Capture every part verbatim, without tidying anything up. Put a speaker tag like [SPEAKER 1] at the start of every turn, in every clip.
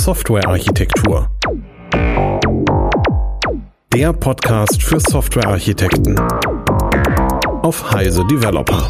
[SPEAKER 1] Softwarearchitektur. Der Podcast für Softwarearchitekten auf Heise Developer.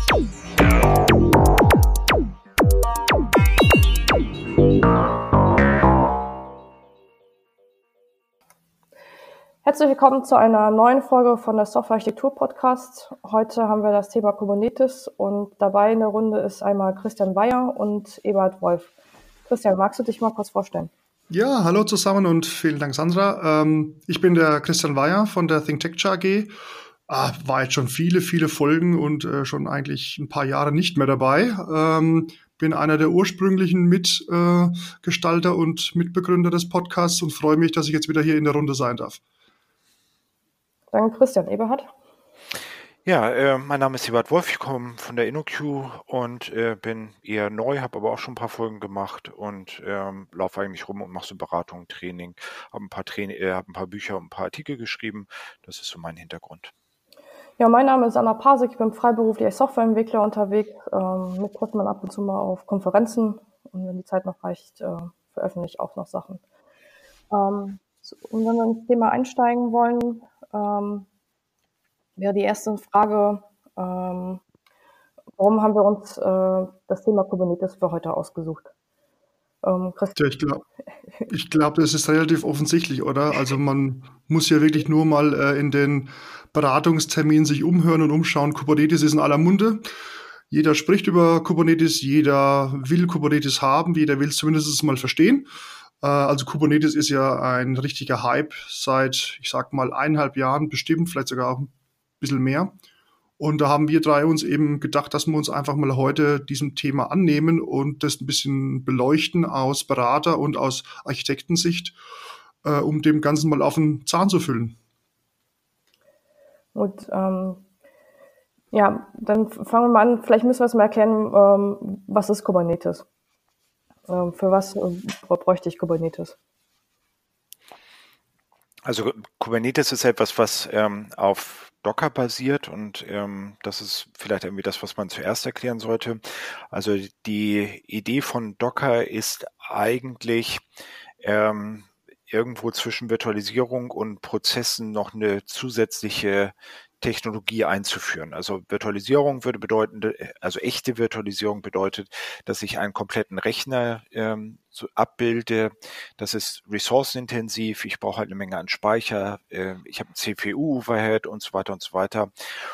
[SPEAKER 2] Herzlich willkommen zu einer neuen Folge von der Softwarearchitektur-Podcast. Heute haben wir das Thema Kubernetes und dabei in der Runde ist einmal Christian Weyer und Eberhard Wolf. Christian, magst du dich mal kurz vorstellen?
[SPEAKER 3] Ja, hallo zusammen und vielen Dank, Sandra. Ähm, ich bin der Christian Weyer von der ThinkTecture A G. Ah, war jetzt schon viele, viele Folgen und äh, schon eigentlich ein paar Jahre nicht mehr dabei. Ähm, bin einer der ursprünglichen Mitgestalter äh, und Mitbegründer des Podcasts und freue mich, dass ich jetzt wieder hier in der Runde sein darf.
[SPEAKER 2] Danke, Christian. Eberhard?
[SPEAKER 4] Ja, äh, mein Name ist Eberhard Wolf, ich komme von der InnoQ und äh, bin eher neu, habe aber auch schon ein paar Folgen gemacht und ähm, laufe eigentlich rum und mache so Beratung, Training, habe ein paar Train- äh, hab ein paar Bücher und ein paar Artikel geschrieben. Das ist so mein Hintergrund.
[SPEAKER 2] Ja, mein Name ist Anna Pasek, ich bin freiberuflich als Softwareentwickler unterwegs. Ähm, mit trifft man ab und zu mal auf Konferenzen und wenn die Zeit noch reicht, äh, veröffentliche ich auch noch Sachen. Ähm, so, und wenn wir ins Thema einsteigen wollen, ähm, wäre die erste Frage, ähm, warum haben wir uns äh, das Thema Kubernetes für heute ausgesucht? Ähm,
[SPEAKER 3] Tja, ich glaube, ich glaub, das ist relativ offensichtlich, oder? Also man muss ja wirklich nur mal äh, in den Beratungsterminen sich umhören und umschauen. Kubernetes ist in aller Munde. Jeder spricht über Kubernetes, jeder will Kubernetes haben, jeder will es zumindest mal verstehen. Äh, also Kubernetes ist ja ein richtiger Hype seit, ich sag mal, eineinhalb Jahren bestimmt, vielleicht sogar auch ein bisschen mehr. Und da haben wir drei uns eben gedacht, dass wir uns einfach mal heute diesem Thema annehmen und das ein bisschen beleuchten aus Berater- und aus Architektensicht, äh, um dem Ganzen mal auf den Zahn zu füllen.
[SPEAKER 2] Gut, ähm, ja, dann fangen wir mal an. Vielleicht müssen wir es mal erklären, ähm, was ist Kubernetes? Ähm, für was äh, bräuchte ich Kubernetes?
[SPEAKER 4] Also Kubernetes ist etwas, was ähm, auf Docker basiert und ähm, das ist vielleicht irgendwie das, was man zuerst erklären sollte. Also die Idee von Docker ist eigentlich ähm, irgendwo zwischen Virtualisierung und Prozessen noch eine zusätzliche Technologie einzuführen. Also Virtualisierung würde bedeuten, also echte Virtualisierung bedeutet, dass ich einen kompletten Rechner ähm, so abbilde. Das ist ressourcenintensiv. Ich brauche halt eine Menge an Speicher. Äh, ich habe einen C P U-Overhead und so weiter und so weiter.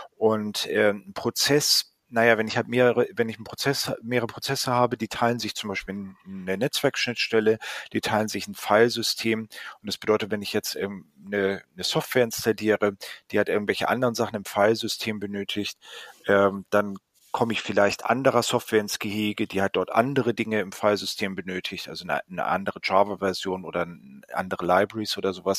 [SPEAKER 4] Und äh, ein Prozess, naja, wenn ich halt mehrere, wenn ich einen Prozess, mehrere Prozesse habe, die teilen sich zum Beispiel eine Netzwerkschnittstelle, die teilen sich ein Filesystem. Und das bedeutet, wenn ich jetzt ähm, eine, eine Software installiere, die hat irgendwelche anderen Sachen im Filesystem benötigt, ähm, dann komme ich vielleicht anderer Software ins Gehege, die hat dort andere Dinge im Filesystem benötigt, also eine, eine andere Java-Version oder andere Libraries oder sowas.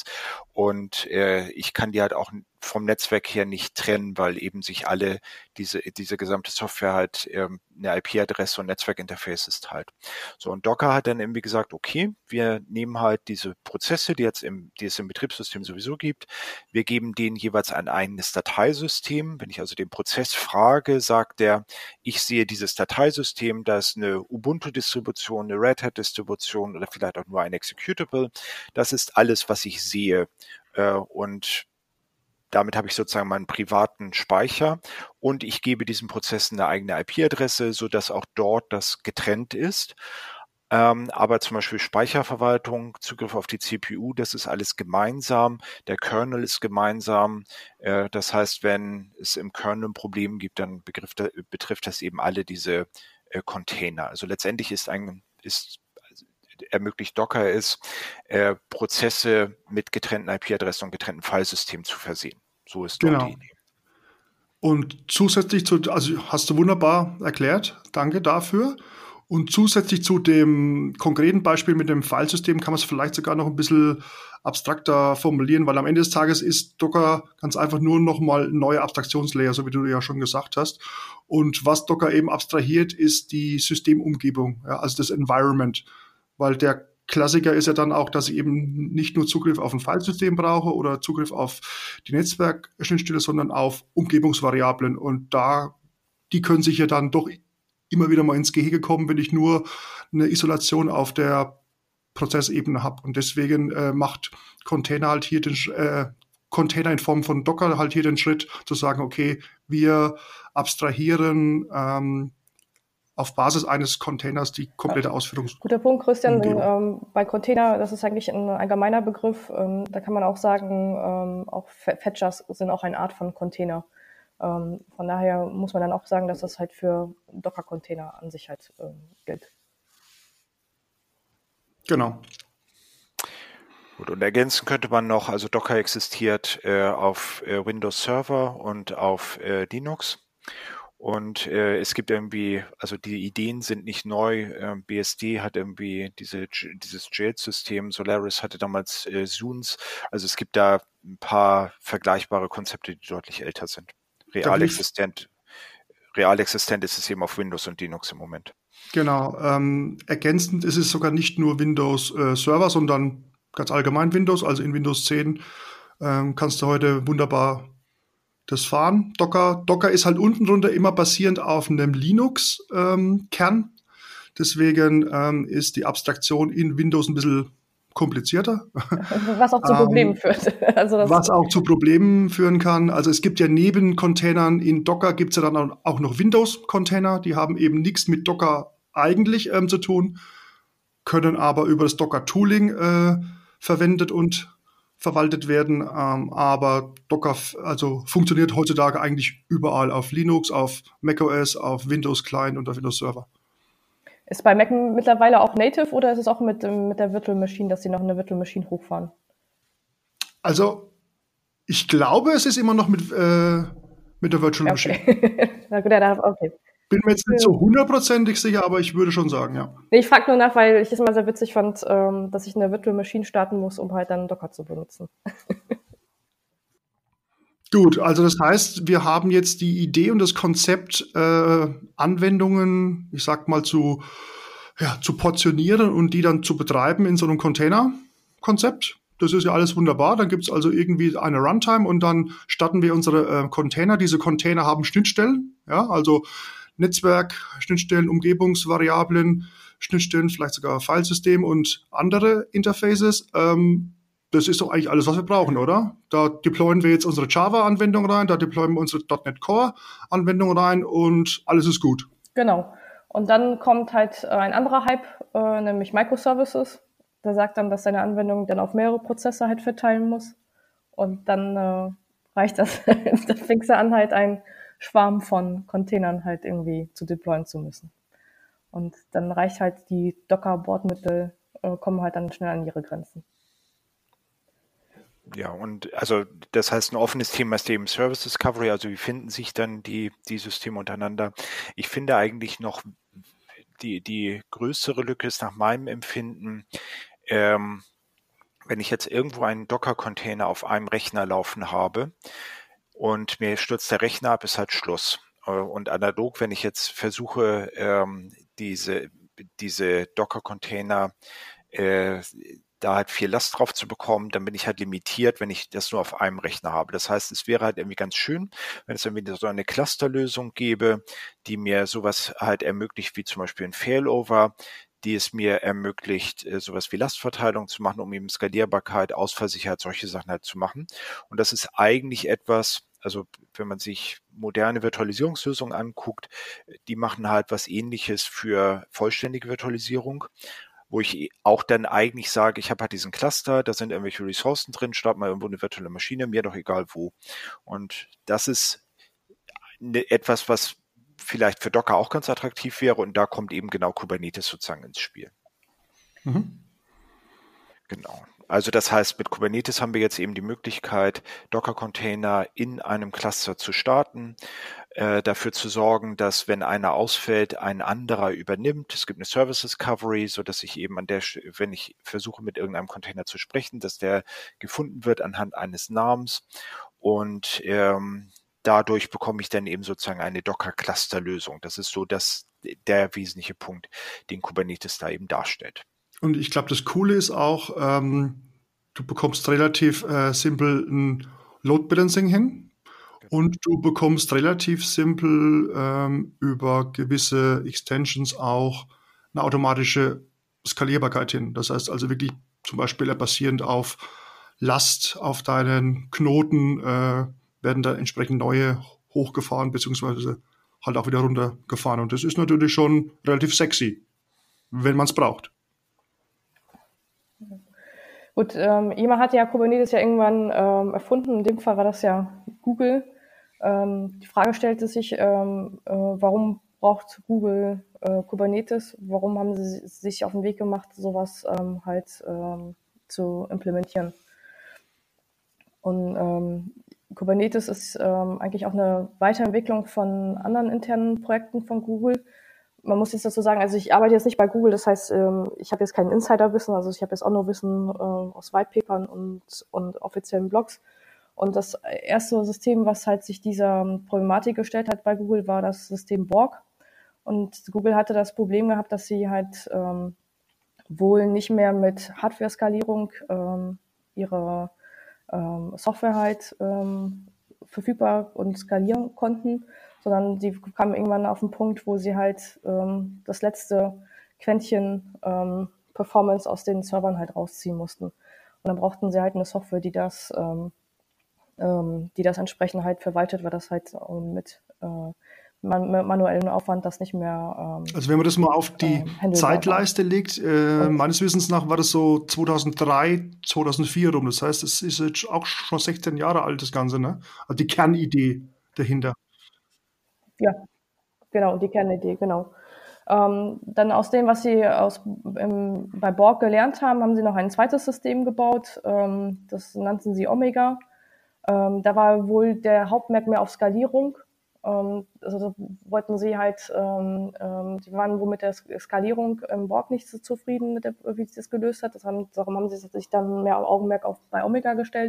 [SPEAKER 4] Und äh, ich kann die halt auch vom Netzwerk her nicht trennen, weil eben sich alle diese diese gesamte Software halt ähm, eine I P-Adresse und Netzwerkinterfaces teilt. So, und Docker hat dann irgendwie gesagt, okay, wir nehmen halt diese Prozesse, die jetzt im, die es im Betriebssystem sowieso gibt, wir geben denen jeweils ein eigenes Dateisystem. Wenn ich also den Prozess frage, sagt der, ich sehe dieses Dateisystem, da ist eine Ubuntu-Distribution, eine Red Hat-Distribution oder vielleicht auch nur ein Executable. Das ist alles, was ich sehe. Äh, und damit habe ich sozusagen meinen privaten Speicher und ich gebe diesen Prozessen eine eigene I P-Adresse, sodass auch dort das getrennt ist. Ähm, aber zum Beispiel Speicherverwaltung, Zugriff auf die C P U, das ist alles gemeinsam. Der Kernel ist gemeinsam. Äh, das heißt, wenn es im Kernel ein Problem gibt, dann betrifft, betrifft das eben alle diese äh, Container. Also letztendlich ist ein, ist ermöglicht Docker ist, äh, Prozesse mit getrennten I P-Adressen und getrennten Filesystemen zu versehen. So ist dort
[SPEAKER 3] Genau.
[SPEAKER 4] die Idee.
[SPEAKER 3] Und zusätzlich zu, also hast du wunderbar erklärt, danke dafür. Und zusätzlich zu dem konkreten Beispiel mit dem Filesystem kann man es vielleicht sogar noch ein bisschen abstrakter formulieren, weil am Ende des Tages ist Docker ganz einfach nur nochmal ein neuer Abstraktionslayer, so wie du ja schon gesagt hast. Und was Docker eben abstrahiert, ist die Systemumgebung, ja, also das Environment. Weil der Klassiker ist ja dann auch, dass ich eben nicht nur Zugriff auf ein Filesystem brauche oder Zugriff auf die Netzwerkschnittstelle, sondern auf Umgebungsvariablen. Und da, die können sich ja dann doch immer wieder mal ins Gehege kommen, wenn ich nur eine Isolation auf der Prozessebene habe. Und deswegen äh, macht Container halt hier den äh, Container in Form von Docker halt hier den Schritt zu sagen, okay, wir abstrahieren ähm, auf Basis eines Containers die komplette Ausführung.
[SPEAKER 2] Guter Punkt, Christian. Denn, ähm, bei Container, das ist eigentlich ein allgemeiner Begriff. Ähm, da kann man auch sagen, ähm, auch Fetchers sind auch eine Art von Container. Ähm, von daher muss man dann auch sagen, dass das halt für Docker-Container an sich halt ähm, gilt.
[SPEAKER 3] Genau.
[SPEAKER 4] Gut, und ergänzen könnte man noch, also Docker existiert äh, auf äh, Windows Server und auf äh, Linux. Und äh, es gibt irgendwie, also die Ideen sind nicht neu. Äh, B S D hat irgendwie diese, dieses Jailed-System, Solaris hatte damals äh, Zunes. Also es gibt da ein paar vergleichbare Konzepte, die deutlich älter sind. Real existent, real existent ist es eben auf Windows und Linux im Moment.
[SPEAKER 3] Genau. Ähm, ergänzend ist es sogar nicht nur Windows äh, Server, sondern ganz allgemein Windows. Also in Windows zehn ähm, kannst du heute wunderbar das fahren. Docker, Docker ist halt unten drunter immer basierend auf einem Linux-Kern. Ähm, Deswegen ähm, ist die Abstraktion in Windows ein bisschen komplizierter.
[SPEAKER 2] Was auch zu Problemen ähm, führt. Also das
[SPEAKER 3] was auch zu Problemen führen kann. Also es gibt ja neben Containern in Docker gibt es ja dann auch noch Windows-Container. Die haben eben nichts mit Docker eigentlich ähm, zu tun, können aber über das Docker-Tooling äh, verwendet und verwaltet werden, ähm, aber Docker also funktioniert heutzutage eigentlich überall auf Linux, auf macOS, auf Windows Client und auf Windows Server.
[SPEAKER 2] Ist bei Mac mittlerweile auch native oder ist es auch mit, mit der Virtual Machine, dass sie noch eine Virtual Machine hochfahren?
[SPEAKER 3] Also ich glaube, es ist immer noch mit, äh, mit der Virtual
[SPEAKER 2] okay.
[SPEAKER 3] Machine.
[SPEAKER 2] Na gut, ja, okay.
[SPEAKER 3] Bin mir jetzt nicht so hundertprozentig sicher, aber ich würde schon sagen, ja.
[SPEAKER 2] Nee, ich frage nur nach, weil ich es immer sehr witzig fand, ähm, dass ich eine Virtual Machine starten muss, um halt dann Docker zu benutzen.
[SPEAKER 3] Gut, also das heißt, wir haben jetzt die Idee und das Konzept, äh, Anwendungen, ich sag mal, zu, ja, zu portionieren und die dann zu betreiben in so einem Container-Konzept. Das ist ja alles wunderbar. Dann gibt's also irgendwie eine Runtime und dann starten wir unsere äh, Container. Diese Container haben Schnittstellen, ja, also Netzwerk, Schnittstellen, Umgebungsvariablen, Schnittstellen, vielleicht sogar Filesystem und andere Interfaces. Ähm, das ist doch eigentlich alles, was wir brauchen, oder? Da deployen wir jetzt unsere Java-Anwendung rein, da deployen wir unsere .NET Core-Anwendung rein und alles ist gut.
[SPEAKER 2] Genau. Und dann kommt halt äh, ein anderer Hype, äh, nämlich Microservices. Der sagt dann, dass seine Anwendung dann auf mehrere Prozesse halt verteilen muss. Und dann äh, reicht das, das fängst du an, halt ein Schwarm von Containern halt irgendwie zu deployen zu müssen. Und dann reicht halt die Docker-Bordmittel, äh, kommen halt dann schnell an ihre Grenzen.
[SPEAKER 4] Ja, und also das heißt, ein offenes Thema ist eben Service Discovery, also wie finden sich dann die, die Systeme untereinander? Ich finde eigentlich noch, die, die größere Lücke ist nach meinem Empfinden, ähm, wenn ich jetzt irgendwo einen Docker-Container auf einem Rechner laufen habe, und mir stürzt der Rechner ab, ist halt Schluss. Und analog, wenn ich jetzt versuche, ähm, diese, diese Docker-Container, äh, da halt viel Last drauf zu bekommen, dann bin ich halt limitiert, wenn ich das nur auf einem Rechner habe. Das heißt, es wäre halt irgendwie ganz schön, wenn es irgendwie so eine Clusterlösung gäbe, die mir sowas halt ermöglicht, wie zum Beispiel ein Failover, die es mir ermöglicht, sowas wie Lastverteilung zu machen, um eben Skalierbarkeit, Ausfallsicherheit, solche Sachen halt zu machen. Und das ist eigentlich etwas, also wenn man sich moderne Virtualisierungslösungen anguckt, die machen halt was Ähnliches für vollständige Virtualisierung, wo ich auch dann eigentlich sage, ich habe halt diesen Cluster, da sind irgendwelche Ressourcen drin, starte mal irgendwo eine virtuelle Maschine, mir doch egal wo. Und das ist etwas, was vielleicht für Docker auch ganz attraktiv wäre und da kommt eben genau Kubernetes sozusagen ins Spiel. Mhm. Genau. Also das heißt, mit Kubernetes haben wir jetzt eben die Möglichkeit, Docker-Container in einem Cluster zu starten, äh, dafür zu sorgen, dass wenn einer ausfällt, ein anderer übernimmt. Es gibt eine Service Discovery, so dass ich eben an der, wenn ich versuche, mit irgendeinem Container zu sprechen, dass der gefunden wird anhand eines Namens und ähm, dadurch bekomme ich dann eben sozusagen eine Docker-Cluster-Lösung. Das ist so das, der wesentliche Punkt, den Kubernetes da eben darstellt.
[SPEAKER 3] Und ich glaube, das Coole ist auch, ähm, du bekommst relativ äh, simpel ein Load Balancing hin und du bekommst relativ simpel ähm, über gewisse Extensions auch eine automatische Skalierbarkeit hin. Das heißt also wirklich zum Beispiel basierend auf Last auf deinen Knoten äh, werden da entsprechend neue hochgefahren, beziehungsweise halt auch wieder runtergefahren. Und das ist natürlich schon relativ sexy, wenn man es braucht.
[SPEAKER 2] Gut, ähm, jemand hat ja Kubernetes ja irgendwann ähm, erfunden. In dem Fall war das ja Google. Ähm, die Frage stellte sich, ähm, äh, warum braucht Google äh, Kubernetes? Warum haben sie sich auf den Weg gemacht, sowas ähm, halt ähm, zu implementieren? Und ähm, Kubernetes ist ähm, eigentlich auch eine Weiterentwicklung von anderen internen Projekten von Google. Man muss jetzt dazu sagen, also ich arbeite jetzt nicht bei Google, das heißt, ähm, ich habe jetzt kein Insiderwissen, also ich habe jetzt auch nur Wissen äh, aus Whitepapern und, und offiziellen Blogs. Und das erste System, was halt sich dieser Problematik gestellt hat bei Google, war das System Borg. Und Google hatte das Problem gehabt, dass sie halt ähm, wohl nicht mehr mit Hardware-Skalierung ähm, ihre ähm, Software halt ähm, verfügbar und skalieren konnten, sondern sie kamen irgendwann auf den Punkt, wo sie halt ähm, das letzte Quäntchen ähm, Performance aus den Servern halt rausziehen mussten. Und dann brauchten sie halt eine Software, die das, ähm, ähm, die das entsprechend halt verwaltet, weil das halt ähm, mit äh, man, mit manuellem Aufwand das nicht mehr. Ähm,
[SPEAKER 3] also wenn man das mal auf die ähm, Zeitleiste war. legt, äh, meines Wissens nach war das so zweitausenddrei, zweitausendvier rum. Das heißt, es ist jetzt auch schon sechzehn Jahre alt, das Ganze, ne? Also die Kernidee dahinter.
[SPEAKER 2] Ja, genau, die Kernidee, genau. Ähm, dann aus dem, was sie aus, im, bei Borg gelernt haben, haben sie noch ein zweites System gebaut. Ähm, das nannten sie Omega. Ähm, da war wohl der Hauptmerk mehr auf Skalierung. Ähm, also da wollten sie halt, ähm, ähm, die waren wohl mit der Skalierung im Borg nicht so zufrieden, mit der, wie sie das gelöst hat. Das haben, darum haben sie sich dann mehr Augenmerk auf, bei Omega gestellt.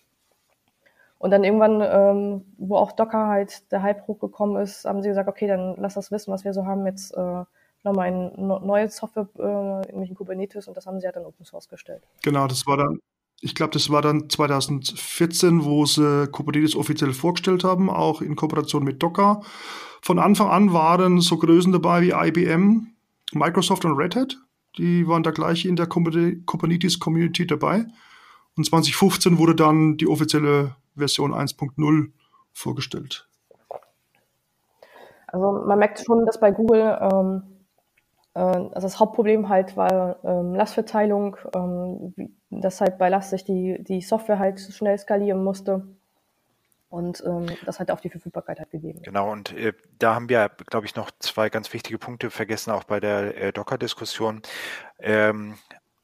[SPEAKER 2] Und dann irgendwann, ähm, wo auch Docker halt der Hype hochgekommen ist, haben sie gesagt, okay, dann lass das wissen, was wir so haben, jetzt äh, nochmal eine neue Software, äh, nämlich in Kubernetes, und das haben sie halt dann Open Source gestellt.
[SPEAKER 3] Genau, das war dann, ich glaube, das war dann zweitausendvierzehn, wo sie Kubernetes offiziell vorgestellt haben, auch in Kooperation mit Docker. Von Anfang an waren so Größen dabei wie I B M, Microsoft und Red Hat. Die waren da gleich in der Kubernetes-Community dabei. Und zwanzig fünfzehn wurde dann die offizielle Version eins Punkt null vorgestellt.
[SPEAKER 2] Also man merkt schon, dass bei Google ähm, äh, also das Hauptproblem halt war ähm, Lastverteilung, ähm, wie, dass halt bei Last sich die, die Software halt schnell skalieren musste und ähm, das halt auf die Verfügbarkeit halt gegeben.
[SPEAKER 4] Genau, und äh, da haben wir, glaube ich, noch zwei ganz wichtige Punkte vergessen, auch bei der äh, Docker-Diskussion. Ähm,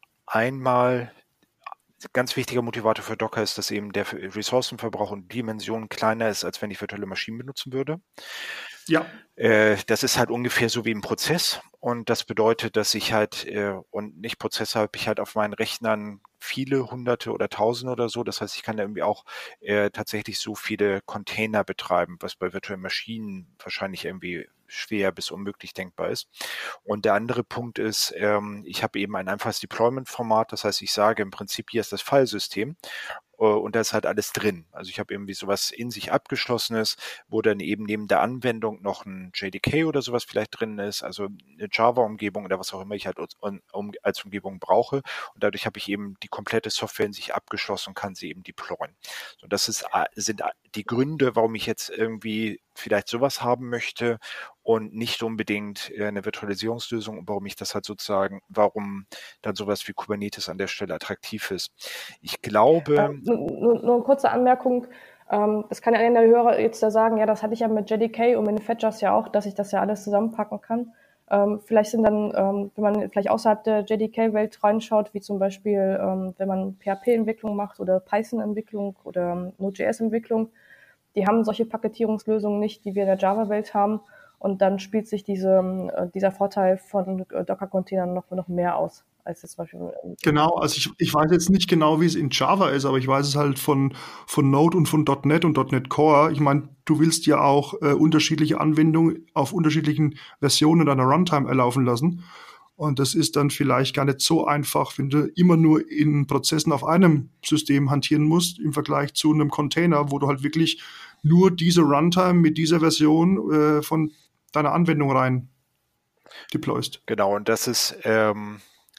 [SPEAKER 4] einmal ganz wichtiger Motivator für Docker ist, dass eben der Ressourcenverbrauch und Dimension kleiner ist, als wenn ich virtuelle Maschinen benutzen würde.
[SPEAKER 3] Ja.
[SPEAKER 4] Äh, das ist halt ungefähr so wie ein Prozess. Und das bedeutet, dass ich halt, äh, und nicht Prozesse habe ich halt auf meinen Rechnern viele Hunderte oder Tausende oder so. Das heißt, ich kann da irgendwie auch äh, tatsächlich so viele Container betreiben, was bei virtuellen Maschinen wahrscheinlich irgendwie schwer bis unmöglich denkbar ist. Und der andere Punkt ist, ähm, ich habe eben ein einfaches Deployment-Format. Das heißt, ich sage im Prinzip, hier ist das Filesystem. Und da ist halt alles drin. Also ich habe irgendwie sowas in sich Abgeschlossenes, wo dann eben neben der Anwendung noch ein J D K oder sowas vielleicht drin ist, also eine Java-Umgebung oder was auch immer ich halt als Umgebung brauche. Und dadurch habe ich eben die komplette Software in sich abgeschlossen und kann sie eben deployen. So, das ist, sind die Gründe, warum ich jetzt irgendwie vielleicht sowas haben möchte und nicht unbedingt eine Virtualisierungslösung, und warum ich das halt sozusagen, warum dann sowas wie Kubernetes an der Stelle attraktiv ist. Ich glaube...
[SPEAKER 2] Ähm, nur, nur eine kurze Anmerkung. Ähm, das kann ja einer der Hörer jetzt da sagen, ja, das hatte ich ja mit J D K und mit den Fetchers ja auch, dass ich das ja alles zusammenpacken kann. Ähm, vielleicht sind dann, ähm, wenn man vielleicht außerhalb der J D K-Welt reinschaut, wie zum Beispiel, ähm, wenn man P H P-Entwicklung macht oder Python-Entwicklung oder Node.js-Entwicklung, die haben solche Paketierungslösungen nicht, die wir in der Java-Welt haben. Und dann spielt sich diese, äh, dieser Vorteil von äh, Docker-Containern noch, noch mehr aus. Als jetzt zum Beispiel
[SPEAKER 3] genau, also ich, ich weiß jetzt nicht genau, wie es in Java ist, aber ich weiß es halt von, von Node und von .NET und .NET Core. Ich meine, du willst ja auch äh, unterschiedliche Anwendungen auf unterschiedlichen Versionen deiner Runtime erlaufen lassen. Und das ist dann vielleicht gar nicht so einfach, wenn du immer nur in Prozessen auf einem System hantieren musst, im Vergleich zu einem Container, wo du halt wirklich nur diese Runtime mit dieser Version äh, von deiner Anwendung rein deployst.
[SPEAKER 4] Genau, und das ist... Ähm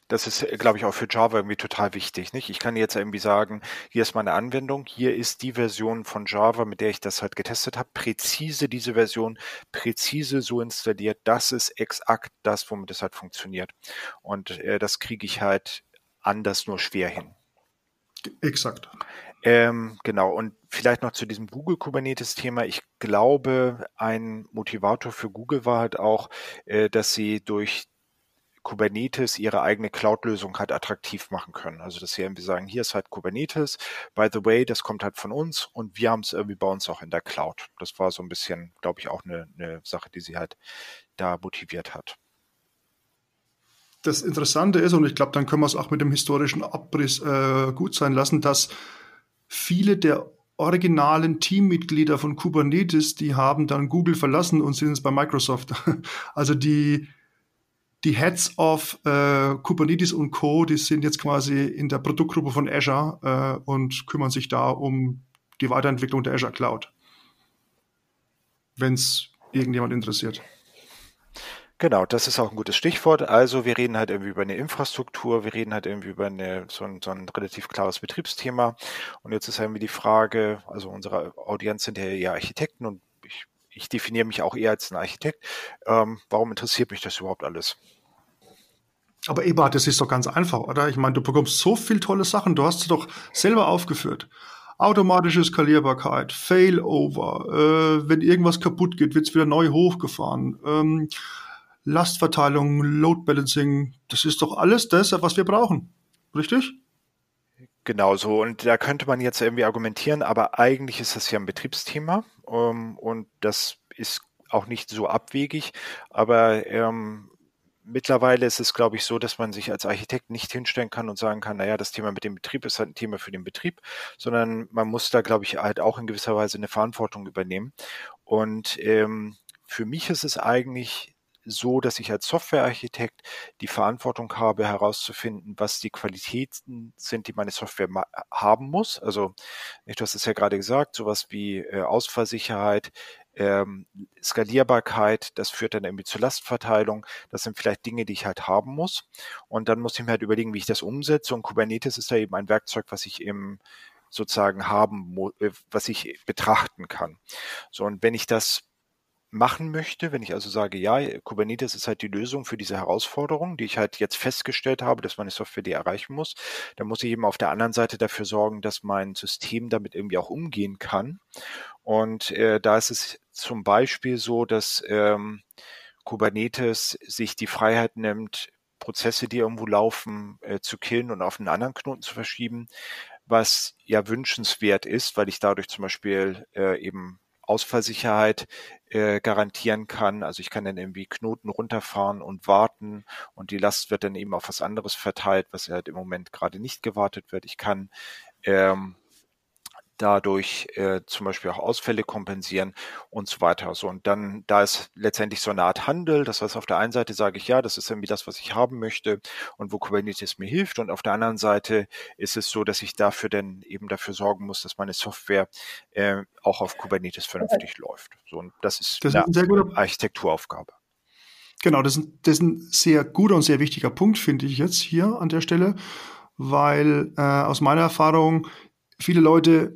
[SPEAKER 4] das ist, glaube ich, auch für Java irgendwie total wichtig, nicht? Ich kann jetzt irgendwie sagen, hier ist meine Anwendung, hier ist die Version von Java, mit der ich das halt getestet habe, präzise diese Version, präzise so installiert, das ist exakt das, womit es halt funktioniert. Und äh, das kriege ich halt anders nur schwer hin.
[SPEAKER 3] Exakt.
[SPEAKER 4] Ähm, genau, und vielleicht noch zu diesem Google Kubernetes-Thema. Ich glaube, ein Motivator für Google war halt auch, äh, dass sie durch Kubernetes ihre eigene Cloud-Lösung halt attraktiv machen können. Also dass sie irgendwie sagen, hier ist halt Kubernetes, by the way, das kommt halt von uns und wir haben es irgendwie bei uns auch in der Cloud. Das war so ein bisschen, glaube ich, auch eine, eine Sache, die sie halt da motiviert hat.
[SPEAKER 3] Das Interessante ist, und ich glaube, dann können wir es auch mit dem historischen Abriss äh, gut sein lassen, dass viele der originalen Teammitglieder von Kubernetes, die haben dann Google verlassen und sind jetzt bei Microsoft. Also die, die Heads of äh, Kubernetes und Co., die sind jetzt quasi in der Produktgruppe von Azure äh, und kümmern sich da um die Weiterentwicklung der Azure Cloud. Wenn es irgendjemand interessiert.
[SPEAKER 4] Genau, das ist auch ein gutes Stichwort. Also wir reden halt irgendwie über eine Infrastruktur, wir reden halt irgendwie über eine, so, ein, so ein relativ klares Betriebsthema. Und jetzt ist irgendwie die Frage, also unsere Audienz sind ja eher Architekten und ich, ich definiere mich auch eher als ein Architekt. Ähm, warum interessiert mich das überhaupt alles?
[SPEAKER 3] Aber Eberhard, das ist doch ganz einfach, oder? Ich meine, du bekommst so viele tolle Sachen, du hast sie doch selber aufgeführt. Automatische Skalierbarkeit, Failover, äh, wenn irgendwas kaputt geht, wird es wieder neu hochgefahren. Ähm, Lastverteilung, Load Balancing, das ist doch alles das, was wir brauchen. Richtig?
[SPEAKER 4] Genau so. Und da könnte man jetzt irgendwie argumentieren, aber eigentlich ist das ja ein Betriebsthema ähm, und das ist auch nicht so abwegig. Aber ähm, mittlerweile ist es, glaube ich, so, dass man sich als Architekt nicht hinstellen kann und sagen kann, naja, das Thema mit dem Betrieb ist halt ein Thema für den Betrieb, sondern man muss da, glaube ich, halt auch in gewisser Weise eine Verantwortung übernehmen. Und ähm, für mich ist es eigentlich so, dass ich als Softwarearchitekt die Verantwortung habe, herauszufinden, was die Qualitäten sind, die meine Software haben muss. Also, du hast es ja gerade gesagt, sowas wie äh, Ausfallsicherheit, ähm, Skalierbarkeit, das führt dann irgendwie zur Lastverteilung. Das sind vielleicht Dinge, die ich halt haben muss. Und dann muss ich mir halt überlegen, wie ich das umsetze. Und Kubernetes ist da eben ein Werkzeug, was ich eben sozusagen haben, was ich betrachten kann. So, und wenn ich das machen möchte, wenn ich also sage, ja, Kubernetes ist halt die Lösung für diese Herausforderung, die ich halt jetzt festgestellt habe, dass meine Software die erreichen muss, dann muss ich eben auf der anderen Seite dafür sorgen, dass mein System damit irgendwie auch umgehen kann. Und äh, da ist es zum Beispiel so, dass ähm, Kubernetes sich die Freiheit nimmt, Prozesse, die irgendwo laufen, äh, zu killen und auf einen anderen Knoten zu verschieben, was ja wünschenswert ist, weil ich dadurch zum Beispiel äh, eben Ausfallsicherheit äh, garantieren kann. Also ich kann dann irgendwie Knoten runterfahren und warten und die Last wird dann eben auf was anderes verteilt, was halt im Moment gerade nicht gewartet wird. Ich kann ähm, dadurch äh, zum Beispiel auch Ausfälle kompensieren und so weiter. So, und dann, da ist letztendlich so eine Art Handel. Das heißt, auf der einen Seite sage ich, ja, das ist irgendwie das, was ich haben möchte und wo Kubernetes mir hilft. Und auf der anderen Seite ist es so, dass ich dafür dann eben dafür sorgen muss, dass meine Software äh, auch auf Kubernetes vernünftig okay. läuft. So, und das ist,
[SPEAKER 3] das
[SPEAKER 4] eine
[SPEAKER 3] ist ein sehr guter
[SPEAKER 4] Architekturaufgabe.
[SPEAKER 3] Genau, das ist, das ist ein sehr guter und sehr wichtiger Punkt, finde ich jetzt hier an der Stelle, weil äh, aus meiner Erfahrung viele Leute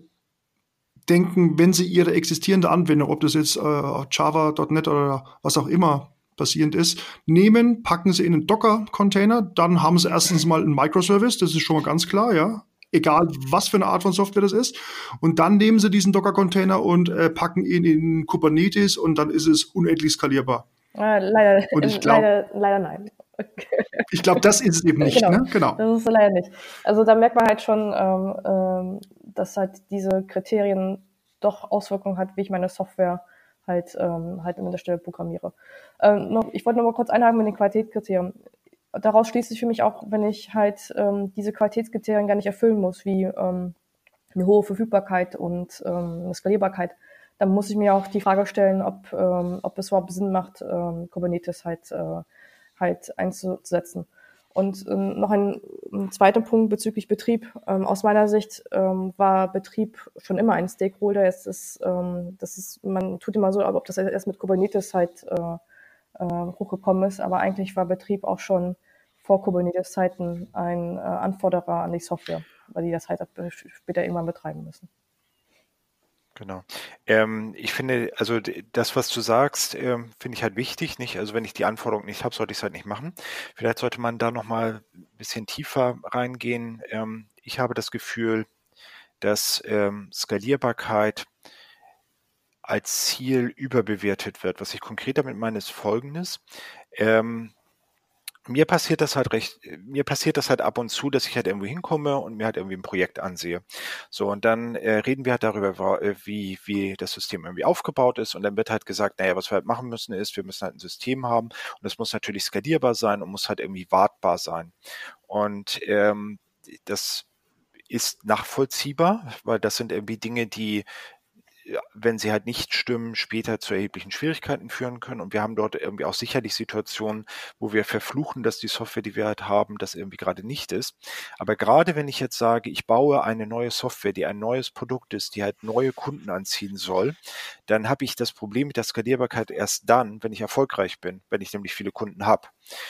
[SPEAKER 3] denken, wenn sie ihre existierende Anwendung, ob das jetzt äh, Java, .NET oder was auch immer basierend ist, nehmen, packen sie in einen Docker-Container, dann haben sie erstens mal einen Microservice, das ist schon mal ganz klar, ja, egal was für eine Art von Software das ist, und dann nehmen sie diesen Docker-Container und äh, packen ihn in Kubernetes und dann ist es unendlich skalierbar.
[SPEAKER 2] Äh, leider,
[SPEAKER 3] und ich glaub,
[SPEAKER 2] leider, leider nein.
[SPEAKER 3] Ich glaube, das ist es eben nicht,
[SPEAKER 2] genau,
[SPEAKER 3] ne? Genau.
[SPEAKER 2] Das ist leider nicht. Also da merkt man halt schon, ähm, ähm, dass halt diese Kriterien doch Auswirkungen hat, wie ich meine Software halt ähm, halt an der Stelle programmiere. Ähm, noch, ich wollte noch mal kurz einhaken mit den Qualitätskriterien. Daraus schließt sich für mich auch, wenn ich halt ähm, diese Qualitätskriterien gar nicht erfüllen muss, wie ähm, eine hohe Verfügbarkeit und ähm, eine Skalierbarkeit, dann muss ich mir auch die Frage stellen, ob, ähm, ob es überhaupt Sinn macht, ähm, Kubernetes halt äh, halt einzusetzen. Und ähm, noch ein, ein zweiter Punkt bezüglich Betrieb. Ähm, aus meiner Sicht ähm, war Betrieb schon immer ein Stakeholder. Es ist, ähm, das ist, man tut immer so, ob das erst mit Kubernetes halt äh, äh, hochgekommen ist, aber eigentlich war Betrieb auch schon vor Kubernetes-Zeiten ein äh, Anforderer an die Software, weil die das halt später irgendwann betreiben müssen.
[SPEAKER 4] Genau. Ähm, ich finde, also das, was du sagst, ähm, finde ich halt wichtig, nicht? Also wenn ich die Anforderung nicht habe, sollte ich es halt nicht machen. Vielleicht sollte man da nochmal ein bisschen tiefer reingehen. Ähm, ich habe das Gefühl, dass ähm, Skalierbarkeit als Ziel überbewertet wird. Was ich konkret damit meine, ist Folgendes. Ähm, Mir passiert das halt recht, mir passiert das halt ab und zu, dass ich halt irgendwo hinkomme und mir halt irgendwie ein Projekt ansehe. So, und dann äh, reden wir halt darüber, wie, wie das System irgendwie aufgebaut ist. Und dann wird halt gesagt, naja, was wir halt machen müssen, ist, wir müssen halt ein System haben und das muss natürlich skalierbar sein und muss halt irgendwie wartbar sein. Und ähm, das ist nachvollziehbar, weil das sind irgendwie Dinge, die, wenn sie halt nicht stimmen, später zu erheblichen Schwierigkeiten führen können. Und wir haben dort irgendwie auch sicherlich Situationen, wo wir verfluchen, dass die Software, die wir halt haben, das irgendwie gerade nicht ist. Aber gerade wenn ich jetzt sage, ich baue eine neue Software, die ein neues Produkt ist, die halt neue Kunden anziehen soll, dann habe ich das Problem mit der Skalierbarkeit erst dann, wenn ich erfolgreich bin, wenn ich nämlich viele Kunden habe.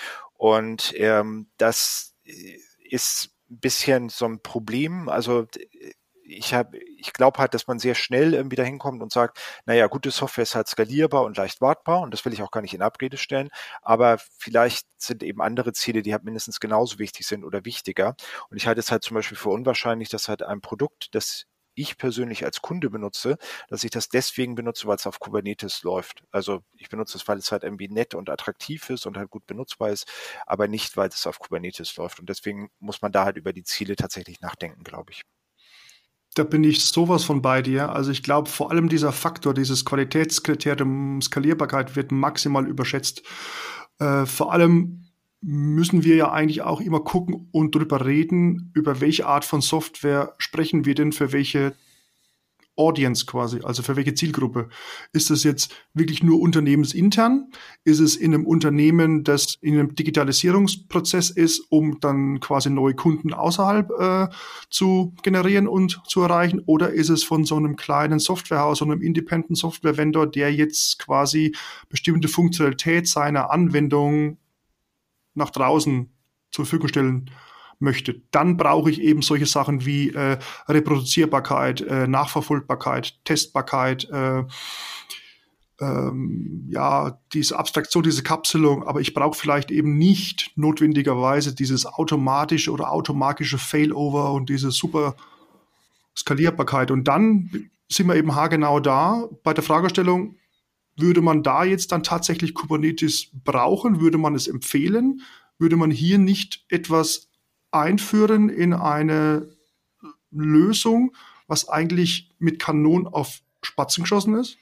[SPEAKER 4] Und ähm, das ist ein bisschen so ein Problem. Also ich habe, ich glaube halt, dass man sehr schnell irgendwie dahin kommt und sagt, naja, gute Software ist halt skalierbar und leicht wartbar und das will ich auch gar nicht in Abrede stellen, aber vielleicht sind eben andere Ziele, die halt mindestens genauso wichtig sind oder wichtiger. Und ich halte es halt zum Beispiel für unwahrscheinlich, dass halt ein Produkt, das ich persönlich als Kunde benutze, dass ich das deswegen benutze, weil es auf Kubernetes läuft. Also ich benutze es, weil es halt irgendwie nett und attraktiv ist und halt gut benutzbar ist, aber nicht, weil es auf Kubernetes läuft. Und deswegen muss man da halt über die Ziele tatsächlich nachdenken, glaube ich.
[SPEAKER 3] Da bin ich sowas von bei dir. Also ich glaube, vor allem dieser Faktor, dieses Qualitätskriterium Skalierbarkeit wird maximal überschätzt. Äh, vor allem müssen wir ja eigentlich auch immer gucken und drüber reden, über welche Art von Software sprechen wir denn für welche Audience quasi, also für welche Zielgruppe. Ist es jetzt wirklich nur unternehmensintern? Ist es in einem Unternehmen, das in einem Digitalisierungsprozess ist, um dann quasi neue Kunden außerhalb äh, zu generieren und zu erreichen? Oder ist es von so einem kleinen Softwarehaus, so einem Independent Software Vendor, der jetzt quasi bestimmte Funktionalität seiner Anwendung nach draußen zur Verfügung stellen möchte, dann brauche ich eben solche Sachen wie äh, Reproduzierbarkeit, äh, Nachverfolgbarkeit, Testbarkeit, äh, ähm, ja, diese Abstraktion, diese Kapselung, aber ich brauche vielleicht eben nicht notwendigerweise dieses automatische oder automatische Failover und diese super Skalierbarkeit. Und dann sind wir eben haargenau da bei der Fragestellung, würde man da jetzt dann tatsächlich Kubernetes brauchen? Würde man es empfehlen? Würde man hier nicht etwas einführen in eine Lösung, was eigentlich mit Kanonen auf Spatzen geschossen ist?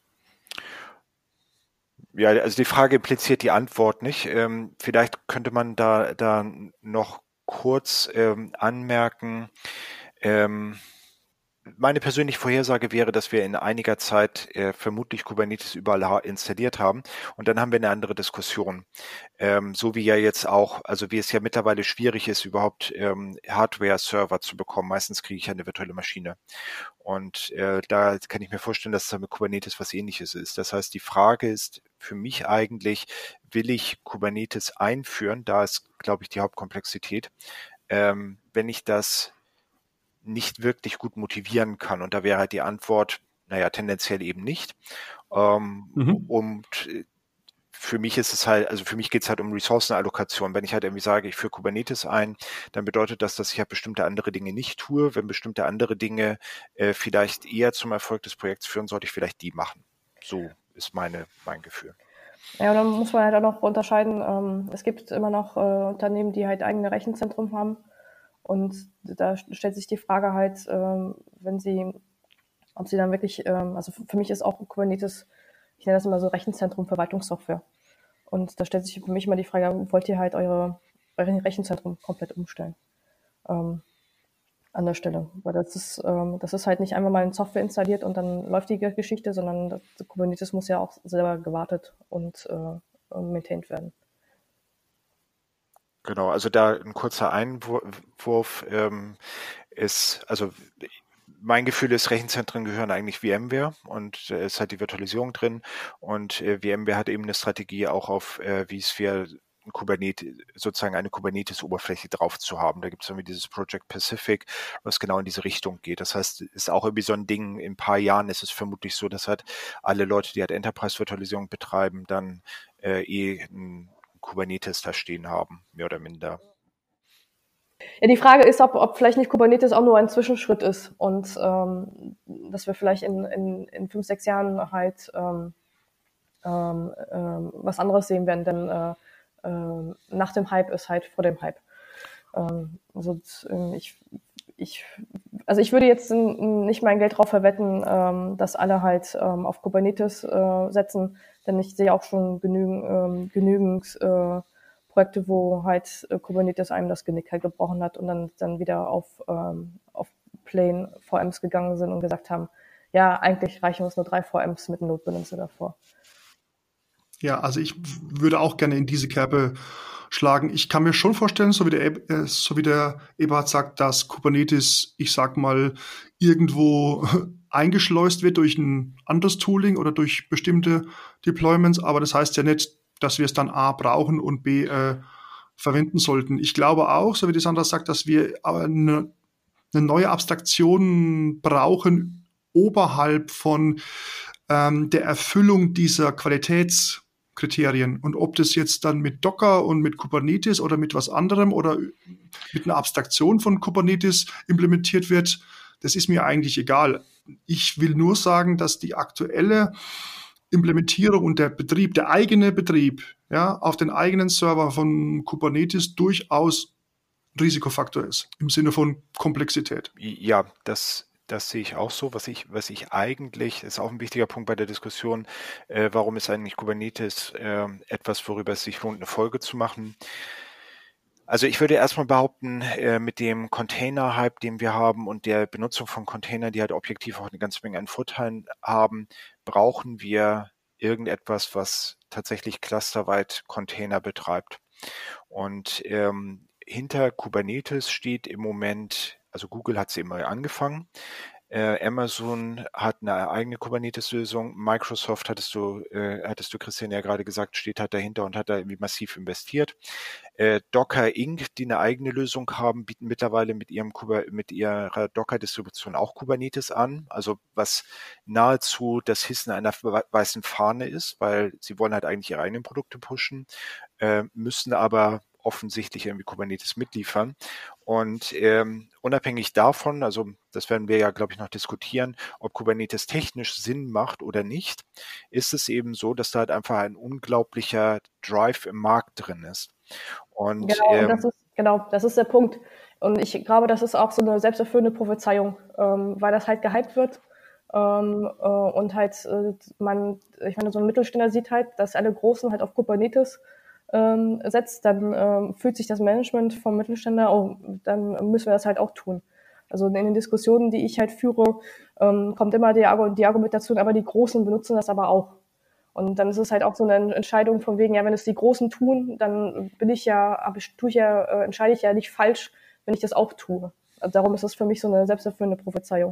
[SPEAKER 4] Ja, also die Frage impliziert die Antwort nicht. Ähm, vielleicht könnte man da, da noch kurz ähm, anmerken, ähm, meine persönliche Vorhersage wäre, dass wir in einiger Zeit äh, vermutlich Kubernetes überall ha- installiert haben und dann haben wir eine andere Diskussion. Ähm, so wie ja jetzt auch, also wie es ja mittlerweile schwierig ist, überhaupt ähm, Hardware-Server zu bekommen. Meistens kriege ich ja eine virtuelle Maschine. Und äh, da kann ich mir vorstellen, dass da mit Kubernetes was Ähnliches ist. Das heißt, die Frage ist für mich eigentlich, will ich Kubernetes einführen? Da ist, glaube ich, die Hauptkomplexität. Ähm, wenn ich das nicht wirklich gut motivieren kann. Und da wäre halt die Antwort, naja, tendenziell eben nicht. Ähm, mhm. Und für mich ist es halt, also für mich geht es halt um Ressourcenallokation. Wenn ich halt irgendwie sage, ich führe Kubernetes ein, dann bedeutet das, dass ich halt bestimmte andere Dinge nicht tue. Wenn bestimmte andere Dinge äh, vielleicht eher zum Erfolg des Projekts führen, sollte ich vielleicht die machen. So ist meine, mein Gefühl.
[SPEAKER 2] Ja, und dann muss man halt auch noch unterscheiden, ähm, es gibt immer noch äh, Unternehmen, die halt eigene Rechenzentren haben. Und da stellt sich die Frage halt, ähm, wenn sie, ob sie dann wirklich, ähm, also für mich ist auch Kubernetes, ich nenne das immer so Rechenzentrum Verwaltungssoftware. Und da stellt sich für mich immer die Frage, wollt ihr halt eure, eure Rechenzentrum komplett umstellen? Ähm, an der Stelle. Weil das ist, ähm, das ist halt nicht einmal mal in Software installiert und dann läuft die Geschichte, sondern das, Kubernetes muss ja auch selber gewartet und äh, maintained werden.
[SPEAKER 4] Genau, also da ein kurzer Einwurf ähm, ist, also mein Gefühl ist, Rechenzentren gehören eigentlich VMware und es äh, hat die Virtualisierung drin und äh, VMware hat eben eine Strategie auch auf äh, vSphere ein Kubernetes, sozusagen eine Kubernetes-Oberfläche drauf zu haben. Da gibt es irgendwie dieses Project Pacific, was genau in diese Richtung geht. Das heißt, ist auch irgendwie so ein Ding, in ein paar Jahren ist es vermutlich so, dass halt alle Leute, die halt Enterprise-Virtualisierung betreiben, dann äh, eh ein Kubernetes da stehen haben, mehr oder minder.
[SPEAKER 2] Ja, die Frage ist, ob, ob vielleicht nicht Kubernetes auch nur ein Zwischenschritt ist und ähm, dass wir vielleicht in, in, in fünf, sechs Jahren halt ähm, ähm, ähm, was anderes sehen werden, denn äh, äh, nach dem Hype ist halt vor dem Hype. Ähm, also ich, ich, also ich würde jetzt nicht mein Geld drauf verwetten, ähm, dass alle halt ähm, auf Kubernetes äh, setzen, denn ich sehe auch schon genügend, ähm, genügend äh, Projekte, wo halt äh, Kubernetes einem das Genick halt gebrochen hat und dann, dann wieder auf, ähm, auf Plain V Ms gegangen sind und gesagt haben, ja, eigentlich reichen uns nur drei V Ms mit einem Load Balancer davor.
[SPEAKER 3] Ja, also ich würde auch gerne in diese Kerbe schlagen. Ich kann mir schon vorstellen, so wie der, äh, so wie der Eberhard sagt, dass Kubernetes, ich sag mal, irgendwo eingeschleust wird durch ein anderes Tooling oder durch bestimmte Deployments. Aber das heißt ja nicht, dass wir es dann A brauchen und B äh, verwenden sollten. Ich glaube auch, so wie die Sandra sagt, dass wir eine, eine neue Abstraktion brauchen oberhalb von ähm, der Erfüllung dieser Qualitätskriterien. Und ob das jetzt dann mit Docker und mit Kubernetes oder mit was anderem oder mit einer Abstraktion von Kubernetes implementiert wird, das ist mir eigentlich egal. Ich will nur sagen, dass die aktuelle Implementierung und der Betrieb, der eigene Betrieb, ja, auf den eigenen Server von Kubernetes durchaus Risikofaktor ist, im Sinne von Komplexität.
[SPEAKER 4] Ja, das Das sehe ich auch so. Was ich, was ich eigentlich, ist auch ein wichtiger Punkt bei der Diskussion, äh, warum ist eigentlich Kubernetes äh, etwas, worüber es sich lohnt, eine Folge zu machen. Also ich würde erstmal behaupten, äh, mit dem Container-Hype, den wir haben und der Benutzung von Containern, die halt objektiv auch eine ganze Menge an Vorteilen haben, brauchen wir irgendetwas, was tatsächlich clusterweit Container betreibt. Und ähm, hinter Kubernetes steht im Moment, also Google hat sie immer angefangen, äh, Amazon hat eine eigene Kubernetes-Lösung, Microsoft, hattest du, äh, hattest du Christian ja gerade gesagt, steht halt dahinter und hat da irgendwie massiv investiert. Äh, Docker Incorporated, die eine eigene Lösung haben, bieten mittlerweile mit ihrem Kuber, mit ihrer Docker-Distribution auch Kubernetes an, also was nahezu das Hissen einer weißen Fahne ist, weil sie wollen halt eigentlich ihre eigenen Produkte pushen, äh, müssen aber offensichtlich irgendwie Kubernetes mitliefern. Und ähm, unabhängig davon, also das werden wir ja, glaube ich, noch diskutieren, ob Kubernetes technisch Sinn macht oder nicht, ist es eben so, dass da halt einfach ein unglaublicher Drive im Markt drin ist. Und,
[SPEAKER 2] genau,
[SPEAKER 4] ähm,
[SPEAKER 2] und das ist, genau, das ist der Punkt. Und ich glaube, das ist auch so eine selbsterfüllende Prophezeiung, ähm, weil das halt gehypt wird. Ähm, äh, und halt äh, man, ich meine, so ein Mittelständler sieht halt, dass alle Großen halt auf Kubernetes ähm, setzt, dann ähm, fühlt sich das Management vom Mittelständler, oh, dann müssen wir das halt auch tun. Also in den Diskussionen, die ich halt führe, ähm, kommt immer die, die Argumentation, aber die Großen benutzen das aber auch. Und dann ist es halt auch so eine Entscheidung von wegen, ja, wenn es die Großen tun, dann bin ich ja, aber ich, tue ich ja, äh, entscheide ich ja nicht falsch, wenn ich das auch tue. Also darum ist das für mich so eine selbsterfüllende Prophezeiung.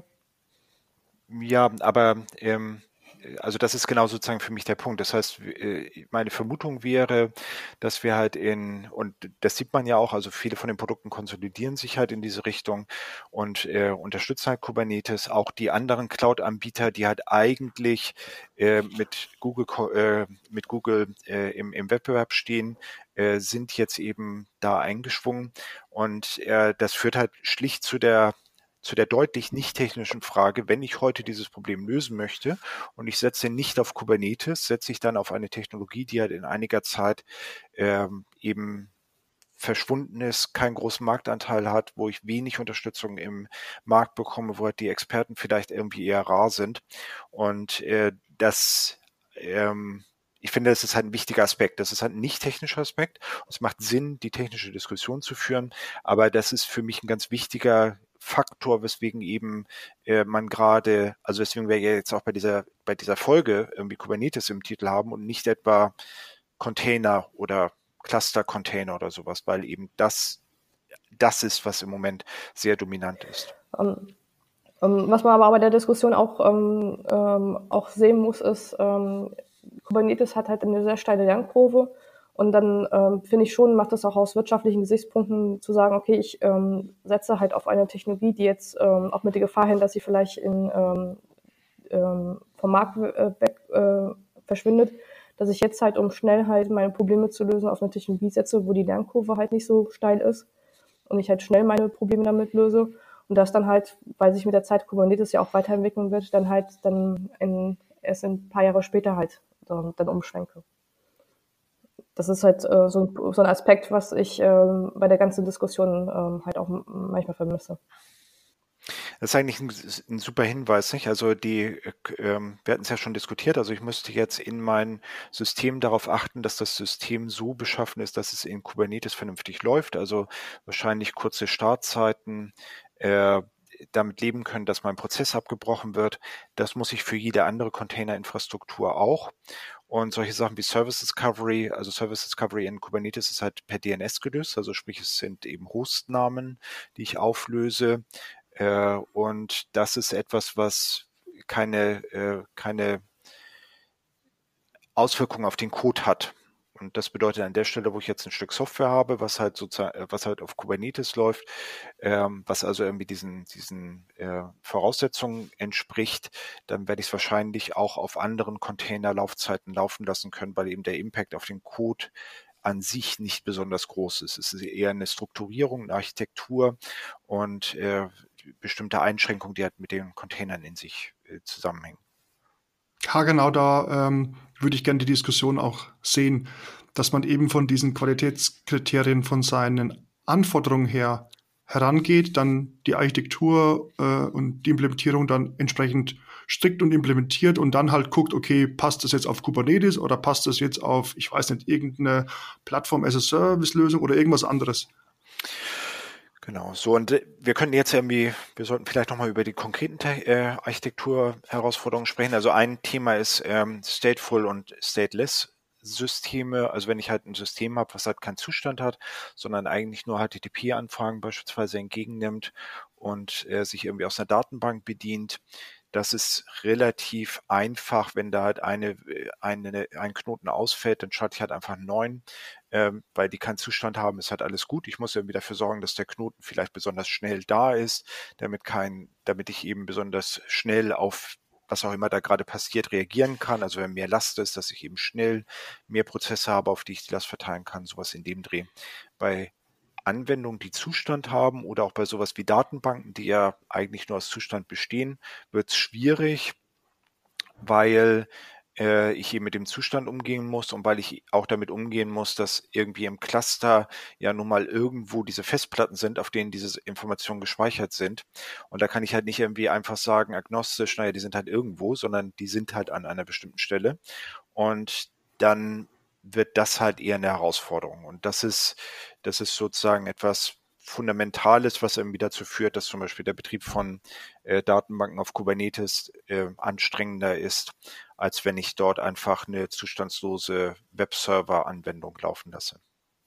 [SPEAKER 4] Ja, aber ähm, also das ist genau sozusagen für mich der Punkt. Das heißt, meine Vermutung wäre, dass wir halt in, und das sieht man ja auch, also viele von den Produkten konsolidieren sich halt in diese Richtung und äh, unterstützen halt Kubernetes. Auch die anderen Cloud-Anbieter, die halt eigentlich äh, mit Google, äh, mit Google äh, im, im Wettbewerb stehen, äh, sind jetzt eben da eingeschwungen. Und äh, das führt halt schlicht zu der zu der deutlich nicht technischen Frage, wenn ich heute dieses Problem lösen möchte und ich setze nicht auf Kubernetes, setze ich dann auf eine Technologie, die halt in einiger Zeit ähm, eben verschwunden ist, keinen großen Marktanteil hat, wo ich wenig Unterstützung im Markt bekomme, wo halt die Experten vielleicht irgendwie eher rar sind. Und äh, das ähm, ich finde, das ist halt ein wichtiger Aspekt. Das ist halt ein nicht technischer Aspekt. Es macht Sinn, die technische Diskussion zu führen, aber das ist für mich ein ganz wichtiger Faktor, weswegen eben äh, man gerade, also deswegen wir ja jetzt auch bei dieser, bei dieser Folge irgendwie Kubernetes im Titel haben und nicht etwa Container oder Cluster-Container oder sowas, weil eben das, das ist, was im Moment sehr dominant ist.
[SPEAKER 2] Um, um, was man aber bei der Diskussion auch, um, um, auch sehen muss, ist, um, Kubernetes hat halt eine sehr steile Lernkurve Und dann ähm, finde ich schon, macht das auch aus wirtschaftlichen Gesichtspunkten zu sagen, okay, ich ähm, setze halt auf eine Technologie, die jetzt ähm, auch mit der Gefahr hin, dass sie vielleicht in, ähm, ähm, vom Markt äh, weg äh, verschwindet, dass ich jetzt halt, um schnell halt meine Probleme zu lösen, auf eine Technologie setze, wo die Lernkurve halt nicht so steil ist und ich halt schnell meine Probleme damit löse. Und das dann halt, weil sich mit der Zeit Kubernetes ja auch weiterentwickeln wird, dann halt dann in, erst ein paar Jahre später halt dann, dann umschwenke. Das ist halt äh, so, ein, so ein Aspekt, was ich ähm, bei der ganzen Diskussion ähm, halt auch m- manchmal vermisse.
[SPEAKER 4] Das ist eigentlich ein, ein super Hinweis, nicht? Also die, ähm, wir hatten es ja schon diskutiert, also ich müsste jetzt in mein System darauf achten, dass das System so beschaffen ist, dass es in Kubernetes vernünftig läuft, also wahrscheinlich kurze Startzeiten, äh, damit leben können, dass mein Prozess abgebrochen wird. Das muss ich für jede andere Containerinfrastruktur auch. Und solche Sachen wie Service Discovery, also Service Discovery in Kubernetes ist halt per D N S gelöst, also sprich es sind eben Hostnamen, die ich auflöse. Äh, und das ist etwas, was keine, äh, keine Auswirkungen auf den Code hat. Und das bedeutet an der Stelle, wo ich jetzt ein Stück Software habe, was halt sozusagen, was halt auf Kubernetes läuft, ähm, was also irgendwie diesen, diesen äh, Voraussetzungen entspricht, dann werde ich es wahrscheinlich auch auf anderen Container-Laufzeiten laufen lassen können, weil eben der Impact auf den Code an sich nicht besonders groß ist. Es ist eher eine Strukturierung, eine Architektur und äh, bestimmte Einschränkungen, die halt mit den Containern in sich äh, zusammenhängen.
[SPEAKER 3] Ja, genau, da ähm, würde ich gerne die Diskussion auch sehen, dass man eben von diesen Qualitätskriterien von seinen Anforderungen her herangeht, dann die Architektur äh, und die Implementierung dann entsprechend strikt und implementiert und dann halt guckt, okay, passt das jetzt auf Kubernetes oder passt das jetzt auf, ich weiß nicht, irgendeine Plattform-as-a-Service-Lösung oder irgendwas anderes?
[SPEAKER 4] Genau, so und äh, wir können jetzt irgendwie, wir sollten vielleicht nochmal über die konkreten äh, Architektur-Herausforderungen sprechen. Also ein Thema ist ähm, Stateful und Stateless Systeme. Also wenn ich halt ein System habe, was halt keinen Zustand hat, sondern eigentlich nur H T T P-Anfragen beispielsweise entgegennimmt und äh, sich irgendwie aus einer Datenbank bedient. Das ist relativ einfach, wenn da halt eine, eine, ein Knoten ausfällt, dann schalte ich halt einfach einen neuen, ähm, weil die keinen Zustand haben, ist halt alles gut. Ich muss irgendwie dafür sorgen, dass der Knoten vielleicht besonders schnell da ist, damit kein, damit ich eben besonders schnell auf was auch immer da gerade passiert, reagieren kann. Also wenn mehr Last ist, dass ich eben schnell mehr Prozesse habe, auf die ich die Last verteilen kann, sowas in dem Dreh. Bei Anwendungen, die Zustand haben oder auch bei sowas wie Datenbanken, die ja eigentlich nur aus Zustand bestehen, wird es schwierig, weil äh, ich eben mit dem Zustand umgehen muss und weil ich auch damit umgehen muss, dass irgendwie im Cluster ja nun mal irgendwo diese Festplatten sind, auf denen diese Informationen gespeichert sind. Und da kann ich halt nicht irgendwie einfach sagen, agnostisch, naja, die sind halt irgendwo, sondern die sind halt an einer bestimmten Stelle. Und dann wird das halt eher eine Herausforderung. Und das ist, das ist sozusagen etwas Fundamentales, was irgendwie dazu führt, dass zum Beispiel der Betrieb von äh, Datenbanken auf Kubernetes äh, anstrengender ist, als wenn ich dort einfach eine zustandslose Webserver-Anwendung laufen lasse.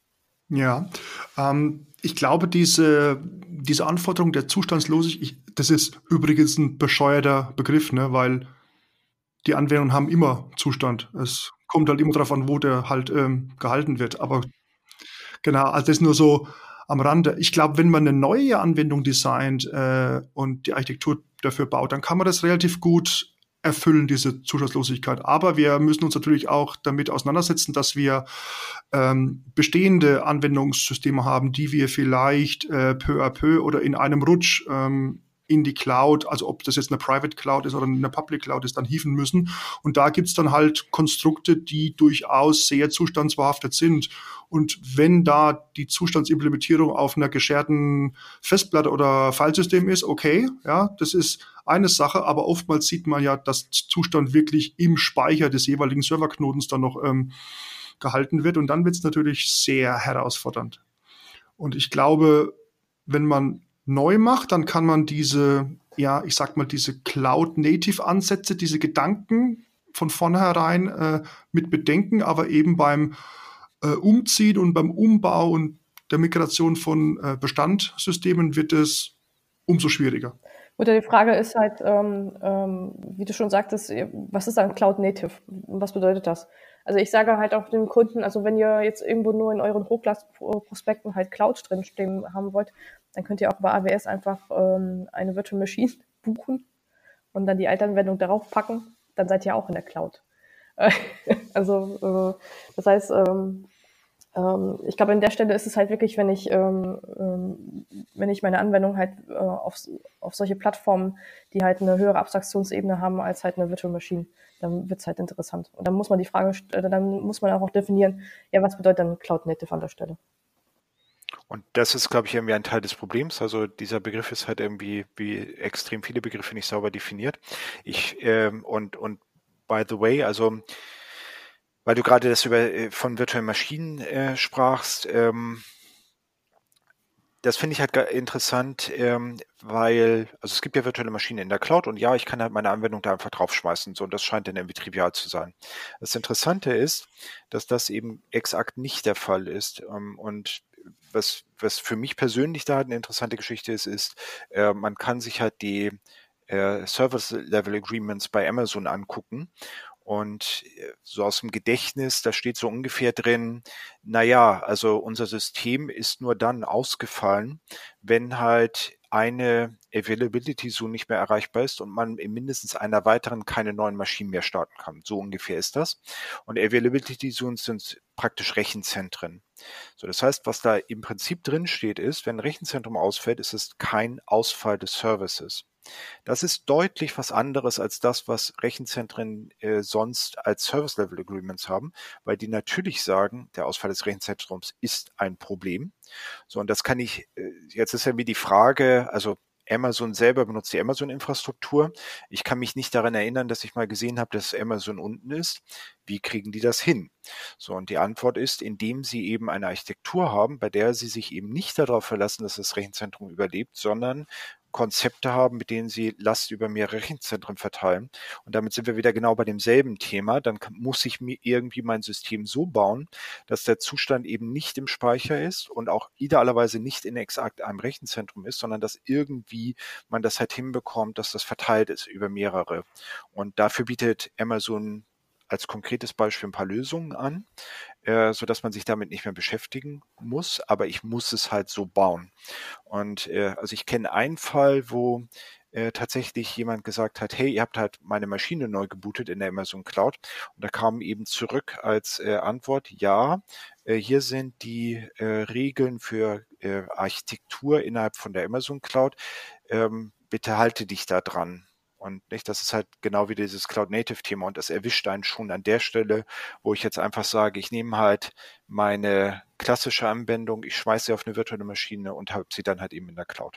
[SPEAKER 3] Ja, ähm, ich glaube, diese, diese Anforderung der Zustandslosigkeit, das ist übrigens ein bescheuerter Begriff, ne, weil die Anwendungen haben immer Zustand. Es kommt halt immer darauf an, wo der halt ähm, gehalten wird. Aber genau, also das ist nur so am Rande. Ich glaube, wenn man eine neue Anwendung designt äh, und die Architektur dafür baut, dann kann man das relativ gut erfüllen, diese Zustandslosigkeit. Aber wir müssen uns natürlich auch damit auseinandersetzen, dass wir ähm, bestehende Anwendungssysteme haben, die wir vielleicht äh, peu à peu oder in einem Rutsch ähm, in die Cloud, also ob das jetzt eine Private Cloud ist oder eine Public Cloud ist, dann hieven müssen. Und da gibt's dann halt Konstrukte, die durchaus sehr zustandsbehaftet sind. Und wenn da die Zustandsimplementierung auf einer gescherten Festplatte oder Filesystem ist, okay, ja, das ist eine Sache, aber oftmals sieht man ja, dass Zustand wirklich im Speicher des jeweiligen Serverknotens dann noch ähm, gehalten wird. Und dann wird's natürlich sehr herausfordernd. Und ich glaube, wenn man neu macht, dann kann man diese, ja, ich sag mal, diese Cloud-Native-Ansätze, diese Gedanken von vornherein äh, mit bedenken, aber eben beim äh, Umziehen und beim Umbau und der Migration von äh, Bestandsystemen wird es umso schwieriger.
[SPEAKER 2] Oder die Frage ist halt, ähm, ähm, wie du schon sagtest, was ist ein Cloud Native? Was bedeutet das? Also ich sage halt auch den Kunden, also wenn ihr jetzt irgendwo nur in euren Hochglanzprospekten halt Cloud drinstehen haben wollt, dann könnt ihr auch bei A W S einfach ähm, eine Virtual Machine buchen und dann die alte Anwendung darauf packen, dann seid ihr auch in der Cloud. Also äh, das heißt, ähm, ähm, ich glaube, an der Stelle ist es halt wirklich, wenn ich ähm, ähm, wenn ich meine Anwendung halt äh, auf, auf solche Plattformen, die halt eine höhere Abstraktionsebene haben als halt eine Virtual Machine, dann wird's halt interessant. Und dann muss man die Frage, äh, dann muss man auch definieren, ja, was bedeutet dann Cloud Native an der Stelle?
[SPEAKER 4] Und das ist, glaube ich, irgendwie ein Teil des Problems. Also dieser Begriff ist halt irgendwie wie extrem viele Begriffe nicht sauber definiert. Ich ähm, und und by the way, also weil du gerade das über äh, von virtuellen Maschinen äh, sprachst, ähm, das finde ich halt ga- interessant, ähm, weil, also es gibt ja virtuelle Maschinen in der Cloud und ja, ich kann halt meine Anwendung da einfach draufschmeißen, so, und das scheint dann irgendwie trivial zu sein. Das Interessante ist, dass das eben exakt nicht der Fall ist. Ähm, und was, was für mich persönlich da halt eine interessante Geschichte ist, ist, äh, man kann sich halt die äh, Service-Level-Agreements bei Amazon angucken. Und äh, so aus dem Gedächtnis, da steht so ungefähr drin, naja, also unser System ist nur dann ausgefallen, wenn halt eine Availability Zone nicht mehr erreichbar ist und man in mindestens einer weiteren keine neuen Maschinen mehr starten kann. So ungefähr ist das. Und Availability Zones sind praktisch Rechenzentren. So, das heißt, was da im Prinzip drin steht, ist, wenn ein Rechenzentrum ausfällt, ist es kein Ausfall des Services. Das ist deutlich was anderes als das, was Rechenzentren äh, sonst als Service-Level-Agreements haben, weil die natürlich sagen, der Ausfall des Rechenzentrums ist ein Problem. So, und das kann ich, äh, jetzt ist ja mir die Frage, also Amazon selber benutzt die Amazon-Infrastruktur. Ich kann mich nicht daran erinnern, dass ich mal gesehen habe, dass Amazon unten ist. Wie kriegen die das hin? So, und die Antwort ist, indem sie eben eine Architektur haben, bei der sie sich eben nicht darauf verlassen, dass das Rechenzentrum überlebt, sondern Konzepte haben, mit denen sie Last über mehrere Rechenzentren verteilen. Und damit sind wir wieder genau bei demselben Thema. Dann kann, muss ich mir irgendwie mein System so bauen, dass der Zustand eben nicht im Speicher ist und auch idealerweise nicht in exakt einem Rechenzentrum ist, sondern dass irgendwie man das halt hinbekommt, dass das verteilt ist über mehrere. Und dafür bietet Amazon als konkretes Beispiel ein paar Lösungen an, äh, so dass man sich damit nicht mehr beschäftigen muss, aber ich muss es halt so bauen. Und äh, also ich kenne einen Fall, wo äh, tatsächlich jemand gesagt hat, hey, ihr habt halt meine Maschine neu gebootet in der Amazon Cloud, und da kam eben zurück als äh, Antwort, ja, äh, hier sind die äh, Regeln für äh, Architektur innerhalb von der Amazon Cloud, ähm, bitte halte dich da dran. Und nicht, das ist halt genau wie dieses Cloud-Native-Thema, und das erwischt einen schon an der Stelle, wo ich jetzt einfach sage, ich nehme halt meine klassische Anwendung, ich schmeiße sie auf eine virtuelle Maschine und habe sie dann halt eben in der Cloud.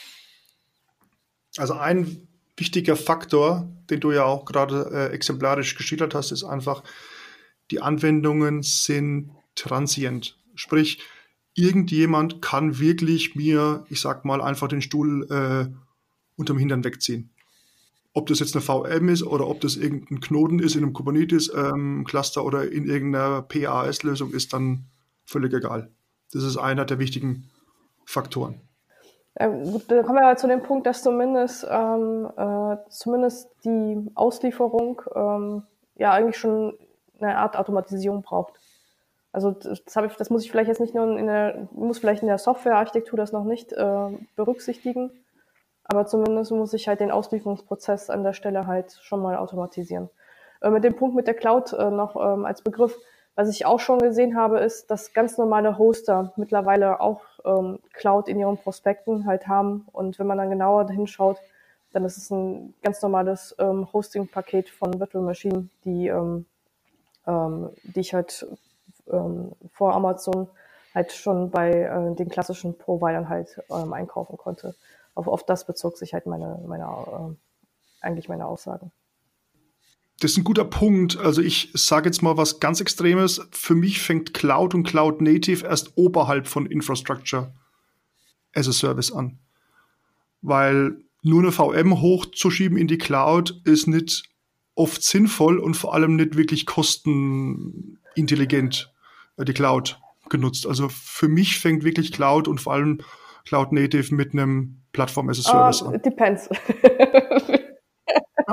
[SPEAKER 3] Also ein wichtiger Faktor, den du ja auch gerade äh, exemplarisch geschildert hast, ist einfach, die Anwendungen sind transient. Sprich, irgendjemand kann wirklich mir, ich sag mal, einfach den Stuhl äh, unterm Hintern wegziehen. Ob das jetzt eine V M ist oder ob das irgendein Knoten ist in einem Kubernetes-Cluster ähm, oder in irgendeiner P A S-Lösung, ist dann völlig egal. Das ist einer der wichtigen Faktoren.
[SPEAKER 2] Ja, gut, da kommen wir aber zu dem Punkt, dass zumindest, ähm, äh, zumindest die Auslieferung ähm, ja eigentlich schon eine Art Automatisierung braucht. Also das, hab ich, das muss ich vielleicht jetzt nicht nur in der, muss vielleicht in der Softwarearchitektur das noch nicht äh, berücksichtigen, aber zumindest muss ich halt den Auslieferungsprozess an der Stelle halt schon mal automatisieren. Äh, mit dem Punkt mit der Cloud äh, noch ähm, als Begriff, was ich auch schon gesehen habe, ist, dass ganz normale Hoster mittlerweile auch ähm, Cloud in ihren Prospekten halt haben. Und wenn man dann genauer hinschaut, dann ist es ein ganz normales ähm, Hosting-Paket von Virtual Machine, die, ähm, ähm, die ich halt ähm, vor Amazon halt schon bei äh, den klassischen Providern halt ähm, einkaufen konnte. Auf, auf das bezog sich halt meine, meine äh, eigentlich meine Aussagen.
[SPEAKER 3] Das ist ein guter Punkt. Also ich sage jetzt mal was ganz Extremes. Für mich fängt Cloud und Cloud Native erst oberhalb von Infrastructure as a Service an. Weil nur eine V M hochzuschieben in die Cloud ist nicht oft sinnvoll und vor allem nicht wirklich kostenintelligent die Cloud genutzt. Also für mich fängt wirklich Cloud und vor allem Cloud Native mit einem Plattform as a Service
[SPEAKER 2] uh,
[SPEAKER 3] an.
[SPEAKER 2] Depends.
[SPEAKER 3] Ah,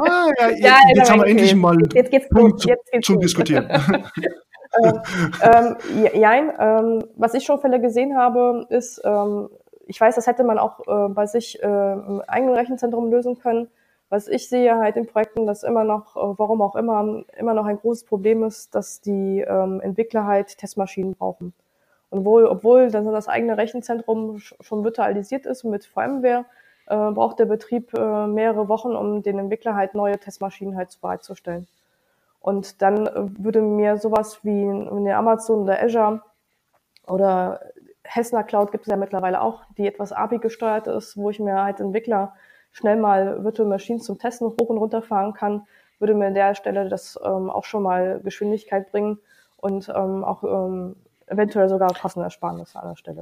[SPEAKER 3] Ah, ja,
[SPEAKER 2] Ja,
[SPEAKER 3] jetzt
[SPEAKER 2] genau,
[SPEAKER 3] haben wir
[SPEAKER 2] okay.
[SPEAKER 3] endlich mal einen
[SPEAKER 2] Jetzt geht's
[SPEAKER 3] Punkt
[SPEAKER 2] los.
[SPEAKER 3] zu,
[SPEAKER 2] Jetzt geht's
[SPEAKER 3] zum
[SPEAKER 2] los.
[SPEAKER 3] Diskutieren.
[SPEAKER 2] Ähm, ähm, je- jein, ähm, was ich schon Fälle gesehen habe, ist, ähm, ich weiß, das hätte man auch äh, bei sich äh, im eigenen Rechenzentrum lösen können. Was ich sehe halt in Projekten, dass immer noch, äh, warum auch immer, immer noch ein großes Problem ist, dass die ähm, Entwickler halt Testmaschinen brauchen. Und wohl, obwohl dann das eigene Rechenzentrum sch- schon virtualisiert ist mit VMware, äh, braucht der Betrieb äh, mehrere Wochen, um den Entwickler halt neue Testmaschinen halt bereitzustellen. Und dann äh, würde mir sowas wie eine Amazon oder Azure oder Hessner Cloud gibt es ja mittlerweile auch, die etwas A P I gesteuert ist, wo ich mir als Entwickler schnell mal Virtual Machines zum Testen hoch und runter fahren kann, würde mir an der Stelle das ähm, auch schon mal Geschwindigkeit bringen und ähm, auch ähm, eventuell sogar Kostenersparnisse an der Stelle.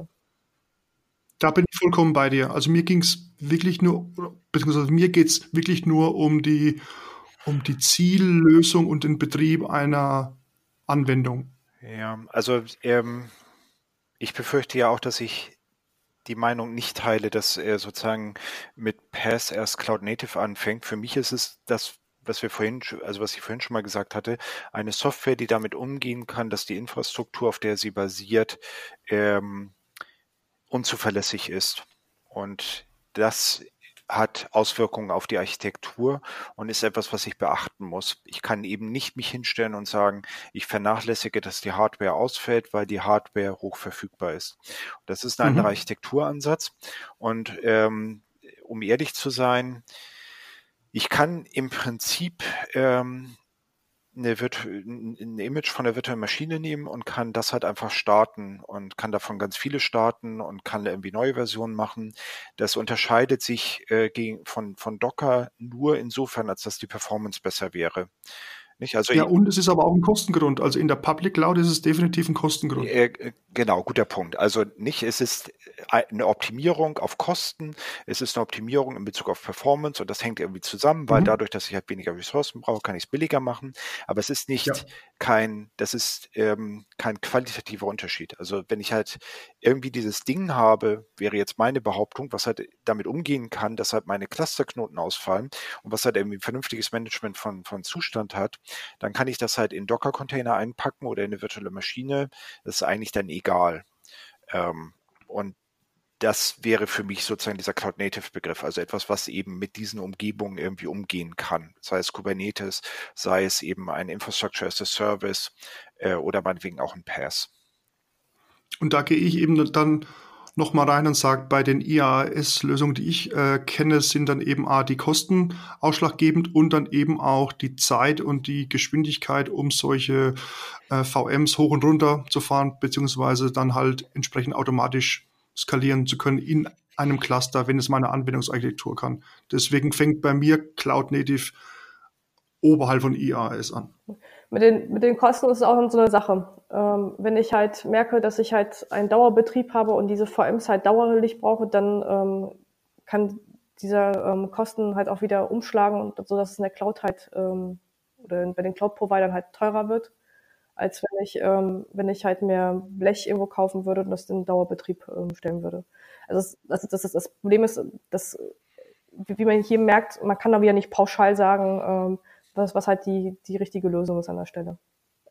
[SPEAKER 3] Da bin ich vollkommen bei dir. Also mir ging es wirklich nur, beziehungsweise mir geht es wirklich nur um die, um die Ziellösung und den Betrieb einer Anwendung.
[SPEAKER 4] Ja, also ähm, ich befürchte ja auch, dass ich die Meinung nicht teile, dass er sozusagen mit P A S erst Cloud Native anfängt. Für mich ist es das, was wir vorhin, also was ich vorhin schon mal gesagt hatte, eine Software, die damit umgehen kann, dass die Infrastruktur, auf der sie basiert, ähm, unzuverlässig ist. Und das hat Auswirkungen auf die Architektur und ist etwas, was ich beachten muss. Ich kann eben nicht mich hinstellen und sagen, ich vernachlässige, dass die Hardware ausfällt, weil die Hardware hoch verfügbar ist. Das ist ein
[SPEAKER 3] Mhm.
[SPEAKER 4] anderer Architekturansatz. Und ähm, um ehrlich zu sein, ich kann im Prinzip ähm, eine Virtu ein Image von der virtuellen Maschine nehmen und kann das halt einfach starten und kann davon ganz viele starten und kann irgendwie neue Versionen machen. Das unterscheidet sich äh, gegen, von, von Docker nur insofern, als dass die Performance besser wäre. Nicht? Also
[SPEAKER 3] Ja, und es ist aber auch ein Kostengrund. Also in der Public Cloud ist es definitiv ein Kostengrund.
[SPEAKER 4] Äh, Genau, guter Punkt. Also nicht, es ist eine Optimierung auf Kosten, es ist eine Optimierung in Bezug auf Performance und das hängt irgendwie zusammen, weil
[SPEAKER 3] Mhm.
[SPEAKER 4] dadurch, dass ich halt weniger Ressourcen brauche, kann ich es billiger machen. Aber es ist nicht
[SPEAKER 3] Ja.
[SPEAKER 4] kein, das ist ähm, kein qualitativer Unterschied. Also wenn ich halt irgendwie dieses Ding habe, wäre jetzt meine Behauptung, was halt damit umgehen kann, dass halt meine Clusterknoten ausfallen und was halt irgendwie ein vernünftiges Management von, von Zustand hat, dann kann ich das halt in Docker-Container einpacken oder in eine virtuelle Maschine. Das ist eigentlich dann egal. Ähm, und das wäre für mich sozusagen dieser Cloud-Native-Begriff, also etwas, was eben mit diesen Umgebungen irgendwie umgehen kann. Sei es Kubernetes, sei es eben ein Infrastructure as a Service äh, oder meinetwegen auch ein P A S.
[SPEAKER 3] Und da gehe ich eben dann noch mal rein und sage, bei den I A S-Lösungen, die ich äh, kenne, sind dann eben A, die Kosten ausschlaggebend und dann eben auch die Zeit und die Geschwindigkeit, um solche äh, V Ms hoch und runter zu fahren, beziehungsweise dann halt entsprechend automatisch skalieren zu können in einem Cluster, wenn es meine Anwendungsarchitektur kann. Deswegen fängt bei mir Cloud Native oberhalb von I A S an.
[SPEAKER 2] Mit den, mit den Kosten ist es auch so eine Sache. Ähm, wenn ich halt merke, dass ich halt einen Dauerbetrieb habe und diese V Ms halt dauerlich brauche, dann ähm, kann dieser ähm, Kosten halt auch wieder umschlagen und so, dass es in der Cloud halt ähm, oder bei den Cloud-Providern halt teurer wird, als wenn ich ähm, wenn ich halt mehr Blech irgendwo kaufen würde und das in Dauerbetrieb ähm, stellen würde. Also das, das, das, das Problem ist, dass wie man hier merkt, man kann da wieder nicht pauschal sagen, ähm, was, was halt die, die richtige Lösung ist an der Stelle.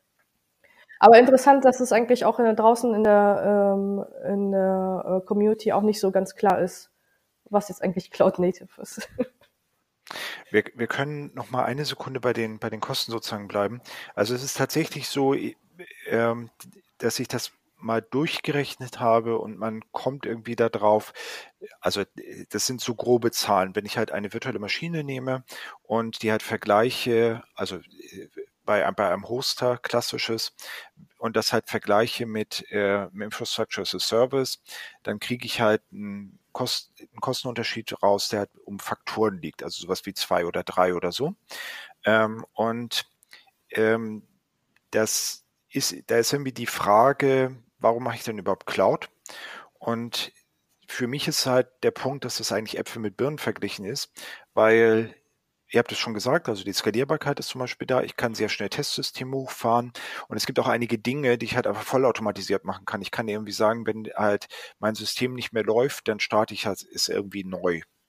[SPEAKER 2] Aber interessant, dass es eigentlich auch in der, draußen in der, ähm, in der äh, Community auch nicht so ganz klar ist, was jetzt eigentlich Cloud Native ist.
[SPEAKER 4] Wir, wir können noch mal eine Sekunde bei den, bei den Kosten sozusagen bleiben. Also es ist tatsächlich so, ähm, dass ich das mal durchgerechnet habe und man kommt irgendwie da drauf, also das sind so grobe Zahlen. Wenn ich halt eine virtuelle Maschine nehme und die halt vergleiche, also bei, bei einem Hoster klassisches und das halt vergleiche mit äh, Infrastructure as a Service, dann kriege ich halt einen, Kost, einen Kostenunterschied raus, der halt um Faktoren liegt, also sowas wie zwei oder drei oder so. Ähm, und ähm, das ist, da ist irgendwie die Frage, warum mache ich denn überhaupt Cloud? Und für mich ist halt der Punkt, dass das eigentlich Äpfel mit Birnen verglichen ist, weil ihr habt es schon gesagt, also die Skalierbarkeit ist zum Beispiel da. Ich kann sehr schnell Testsysteme hochfahren und es gibt auch einige Dinge, die ich halt einfach vollautomatisiert machen kann. Ich kann irgendwie sagen, wenn halt mein System nicht mehr läuft, dann starte ich halt es irgendwie neu.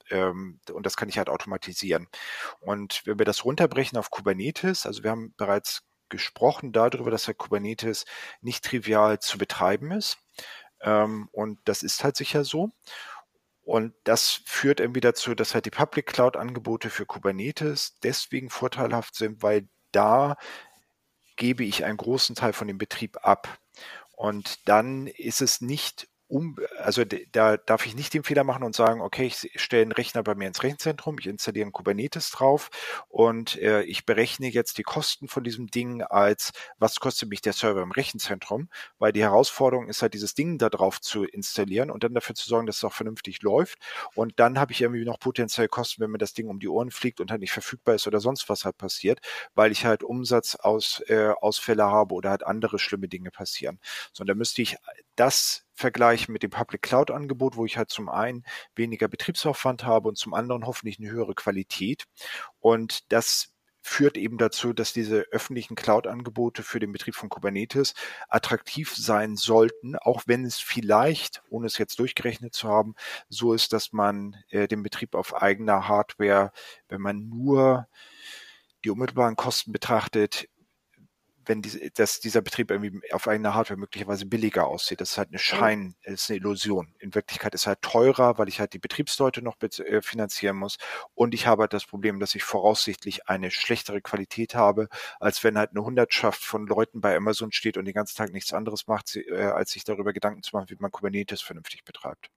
[SPEAKER 4] ähm, und das kann ich halt automatisieren. Und wenn wir das runterbrechen auf Kubernetes, also wir haben bereits gesprochen darüber, dass der Kubernetes nicht trivial zu betreiben ist. Ähm, und das ist halt sicher so. Und das führt irgendwie dazu, dass halt die Public Cloud-Angebote für Kubernetes deswegen vorteilhaft sind, weil da gebe ich einen großen Teil von dem Betrieb ab. Und dann ist es nicht um, also da darf ich nicht den Fehler machen und sagen, okay, ich stelle einen Rechner bei mir ins Rechenzentrum, ich installiere einen Kubernetes drauf und äh, ich berechne jetzt die Kosten von diesem Ding als, was kostet mich der Server im Rechenzentrum, weil die Herausforderung ist halt, dieses Ding da drauf zu installieren und dann dafür zu sorgen, dass es auch vernünftig läuft. Und dann habe ich irgendwie noch potenziell Kosten, wenn mir das Ding um die Ohren fliegt und halt nicht verfügbar ist oder sonst was halt passiert, weil ich halt Umsatzausfälle äh, habe oder halt andere schlimme Dinge passieren. So, und da müsste ich das vergleichen mit dem Public Cloud Angebot, wo ich halt zum einen weniger Betriebsaufwand habe und zum anderen hoffentlich eine höhere Qualität. Und das führt eben dazu, dass diese öffentlichen Cloud-Angebote für den Betrieb von Kubernetes attraktiv sein sollten, auch wenn es vielleicht, ohne es jetzt durchgerechnet zu haben, so ist, dass man äh, den Betrieb auf eigener Hardware, wenn man nur die unmittelbaren Kosten betrachtet, wenn die, dass dieser Betrieb irgendwie auf eigener Hardware möglicherweise billiger aussieht. Das ist halt eine Schein, das ist eine Illusion. In Wirklichkeit ist es halt teurer, weil ich halt die Betriebsleute noch äh, finanzieren muss und ich habe halt das Problem, dass ich voraussichtlich eine schlechtere Qualität habe, als wenn halt eine Hundertschaft von Leuten bei Amazon steht und den ganzen Tag nichts anderes macht, äh, als sich darüber Gedanken zu machen, wie man Kubernetes vernünftig betreibt.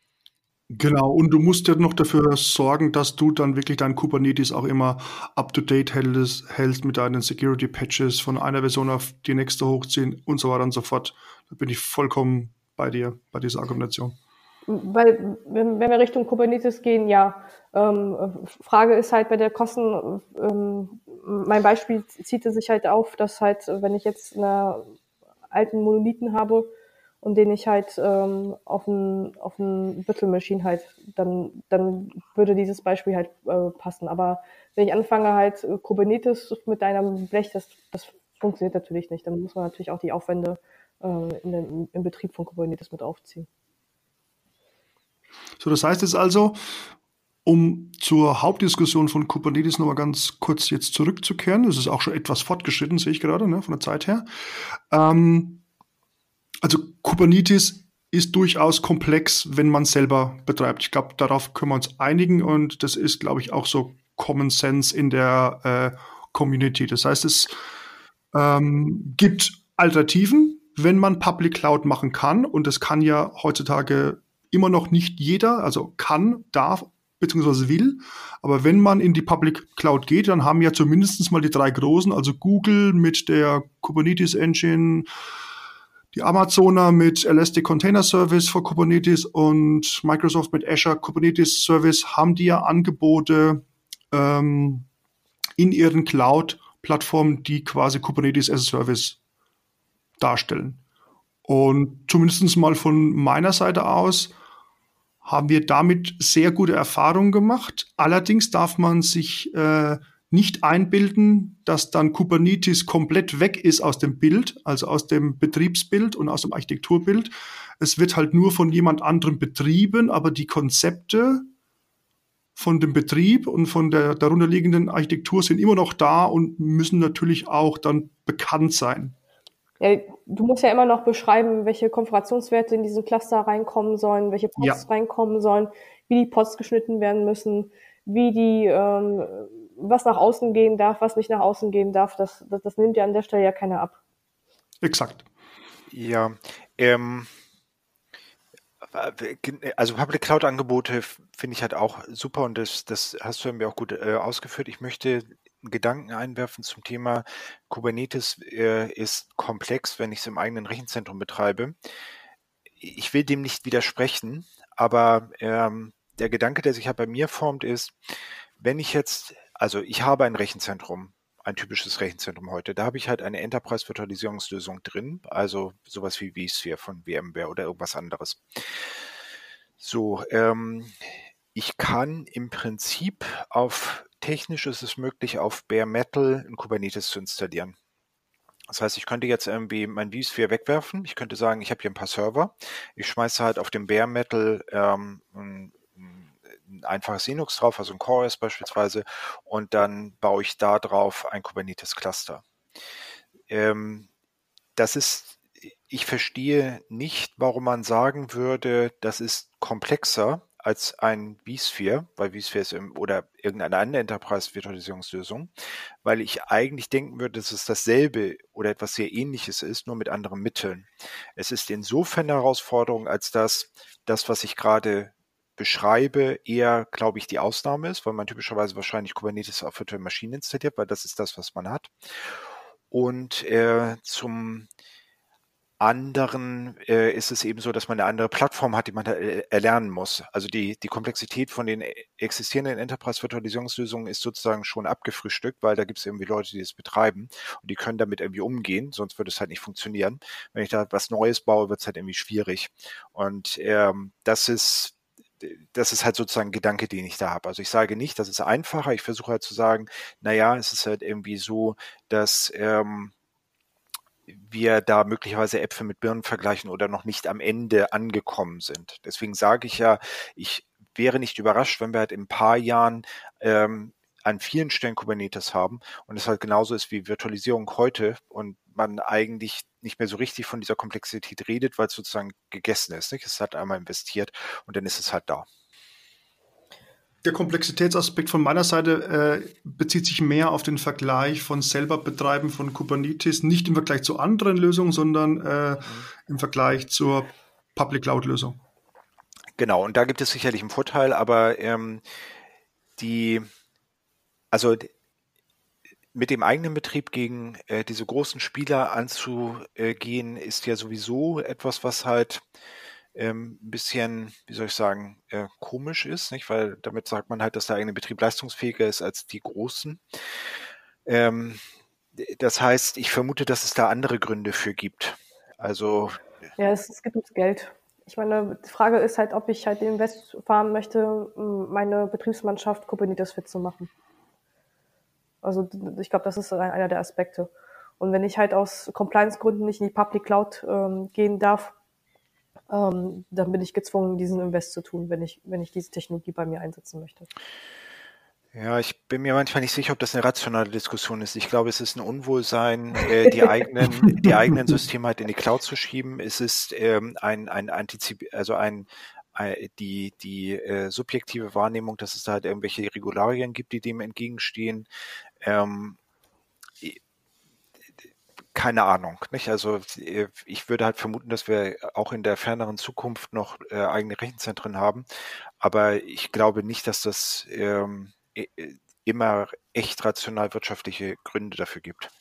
[SPEAKER 3] Genau, und du musst ja noch dafür sorgen, dass du dann wirklich dein Kubernetes auch immer up-to-date hältst, hältst mit deinen Security-Patches von einer Version auf die nächste hochziehen und so weiter und so fort. Da bin ich vollkommen bei dir, bei dieser Argumentation.
[SPEAKER 2] Weil, wenn, wenn wir Richtung Kubernetes gehen, ja, ähm, Frage ist halt bei der Kosten, ähm, mein Beispiel zieht es sich halt auf, dass halt, wenn ich jetzt einen alten Monolithen habe, und den ich halt ähm, auf ein auf ein Virtual Machine halt, dann dann würde dieses Beispiel halt äh, passen. Aber wenn ich anfange halt äh, Kubernetes mit einem Blech, das das funktioniert natürlich nicht. Dann muss man natürlich auch die Aufwände äh, in den, im Betrieb von Kubernetes mit aufziehen.
[SPEAKER 3] So, das heißt jetzt also, um zur Hauptdiskussion von Kubernetes nochmal ganz kurz jetzt zurückzukehren, das ist auch schon etwas fortgeschritten, sehe ich gerade, ne, von der Zeit her. Ähm, Also Kubernetes ist durchaus komplex, wenn man selber betreibt. Ich glaube, darauf können wir uns einigen und das ist, glaube ich, auch so Common Sense in der äh, Community. Das heißt, es ähm, gibt Alternativen, wenn man Public Cloud machen kann und das kann ja heutzutage immer noch nicht jeder, also kann, darf beziehungsweise will. Aber wenn man in die Public Cloud geht, dann haben ja zumindest mal die drei großen, also Google mit der Kubernetes Engine, die Amazoner mit Elastic Container Service für Kubernetes und Microsoft mit Azure Kubernetes Service haben die ja Angebote ähm, in ihren Cloud-Plattformen, die quasi Kubernetes as a Service darstellen. Und zumindest mal von meiner Seite aus haben wir damit sehr gute Erfahrungen gemacht. Allerdings darf man sich äh, nicht einbilden, dass dann Kubernetes komplett weg ist aus dem Bild, also aus dem Betriebsbild und aus dem Architekturbild. Es wird halt nur von jemand anderem betrieben, aber die Konzepte von dem Betrieb und von der darunterliegenden Architektur sind immer noch da und müssen natürlich auch dann bekannt sein.
[SPEAKER 2] Ja, du musst ja immer noch beschreiben, welche Konfigurationswerte in diesen Cluster reinkommen sollen, welche Pods ja. reinkommen sollen, wie die Pods geschnitten werden müssen, wie die ähm, was nach außen gehen darf, was nicht nach außen gehen darf, das, das, das nimmt ja an der Stelle ja keiner ab.
[SPEAKER 3] Exakt.
[SPEAKER 4] Ja, ähm, also Public Cloud Angebote finde ich halt auch super und das, das hast du mir auch gut äh, ausgeführt. Ich möchte einen Gedanken einwerfen zum Thema Kubernetes äh, ist komplex, wenn ich es im eigenen Rechenzentrum betreibe. Ich will dem nicht widersprechen, aber ähm, der Gedanke, der sich halt bei mir formt, ist, wenn ich jetzt, also ich habe ein Rechenzentrum, ein typisches Rechenzentrum heute, da habe ich halt eine Enterprise-Virtualisierungslösung drin, also sowas wie vSphere von VMware oder irgendwas anderes. So, ähm, ich kann im Prinzip auf, technisch ist es möglich, auf Bare Metal ein Kubernetes zu installieren. Das heißt, ich könnte jetzt irgendwie mein vSphere wegwerfen, ich könnte sagen, ich habe hier ein paar Server, ich schmeiße halt auf dem Bare Metal ähm, ein ein einfaches Linux drauf, also ein CoreOS beispielsweise, und dann baue ich da drauf ein Kubernetes-Cluster. Ähm, das ist, ich verstehe nicht, warum man sagen würde, das ist komplexer als ein vSphere, weil vSphere ist im, oder irgendeine andere Enterprise-Virtualisierungslösung, weil ich eigentlich denken würde, dass es dasselbe oder etwas sehr Ähnliches ist, nur mit anderen Mitteln. Es ist insofern eine Herausforderung, als dass das, was ich gerade beschreibe, eher, glaube ich, die Ausnahme ist, weil man typischerweise wahrscheinlich Kubernetes auf virtuellen Maschinen installiert, weil das ist das, was man hat. Und äh, zum anderen äh, ist es eben so, dass man eine andere Plattform hat, die man äh, erlernen muss. Also die, die Komplexität von den existierenden Enterprise-Virtualisierungslösungen ist sozusagen schon abgefrühstückt, weil da gibt es irgendwie Leute, die das betreiben und die können damit irgendwie umgehen, sonst würde es halt nicht funktionieren. Wenn ich da was Neues baue, wird es halt irgendwie schwierig. Und ähm, das ist das ist halt sozusagen ein Gedanke, den ich da habe. Also ich sage nicht, das ist einfacher. Ich versuche halt zu sagen, naja, es ist halt irgendwie so, dass ähm, wir da möglicherweise Äpfel mit Birnen vergleichen oder noch nicht am Ende angekommen sind. Deswegen sage ich ja, ich wäre nicht überrascht, wenn wir halt in ein paar Jahren ähm, an vielen Stellen Kubernetes haben und es halt genauso ist wie Virtualisierung heute und man eigentlich nicht mehr so richtig von dieser Komplexität redet, weil es sozusagen gegessen ist. Nicht? Es hat einmal investiert und dann ist es halt da.
[SPEAKER 3] Der Komplexitätsaspekt von meiner Seite äh, bezieht sich mehr auf den Vergleich von selber Betreiben von Kubernetes, nicht im Vergleich zu anderen Lösungen, sondern äh, mhm. im Vergleich zur Public Cloud Lösung.
[SPEAKER 4] Genau, und da gibt es sicherlich einen Vorteil, aber ähm, die, also mit dem eigenen Betrieb gegen äh, diese großen Spieler anzugehen, ist ja sowieso etwas, was halt ein bisschen, wie soll ich sagen, äh, komisch ist, nicht? Weil damit sagt man halt, dass der eigene Betrieb leistungsfähiger ist als die großen. Ähm, das heißt, ich vermute, dass es da andere Gründe für gibt. Also
[SPEAKER 2] ja, es, es gibt ums Geld. Ich meine, die Frage ist halt, ob ich halt den Invest fahren möchte, meine Betriebsmannschaft Kubernetes fit zu machen. Also ich glaube, das ist einer der Aspekte. Und wenn ich halt aus Compliance-Gründen nicht in die Public Cloud ähm, gehen darf, Ähm, dann bin ich gezwungen, diesen Invest zu tun, wenn ich, wenn ich diese Technologie bei mir einsetzen möchte.
[SPEAKER 4] Ja, ich bin mir manchmal nicht sicher, ob das eine rationale Diskussion ist. Ich glaube, es ist ein Unwohlsein, äh, die eigenen, die eigenen Systeme halt in die Cloud zu schieben. Es ist ähm, ein, ein Antizip, also ein, ein die, die äh, subjektive Wahrnehmung, dass es da halt irgendwelche Regularien gibt, die dem entgegenstehen. Ähm, Keine Ahnung, nicht? Also ich würde halt vermuten, dass wir auch in der ferneren Zukunft noch äh, eigene Rechenzentren haben, aber ich glaube nicht, dass das ähm, immer echt rational wirtschaftliche Gründe dafür gibt.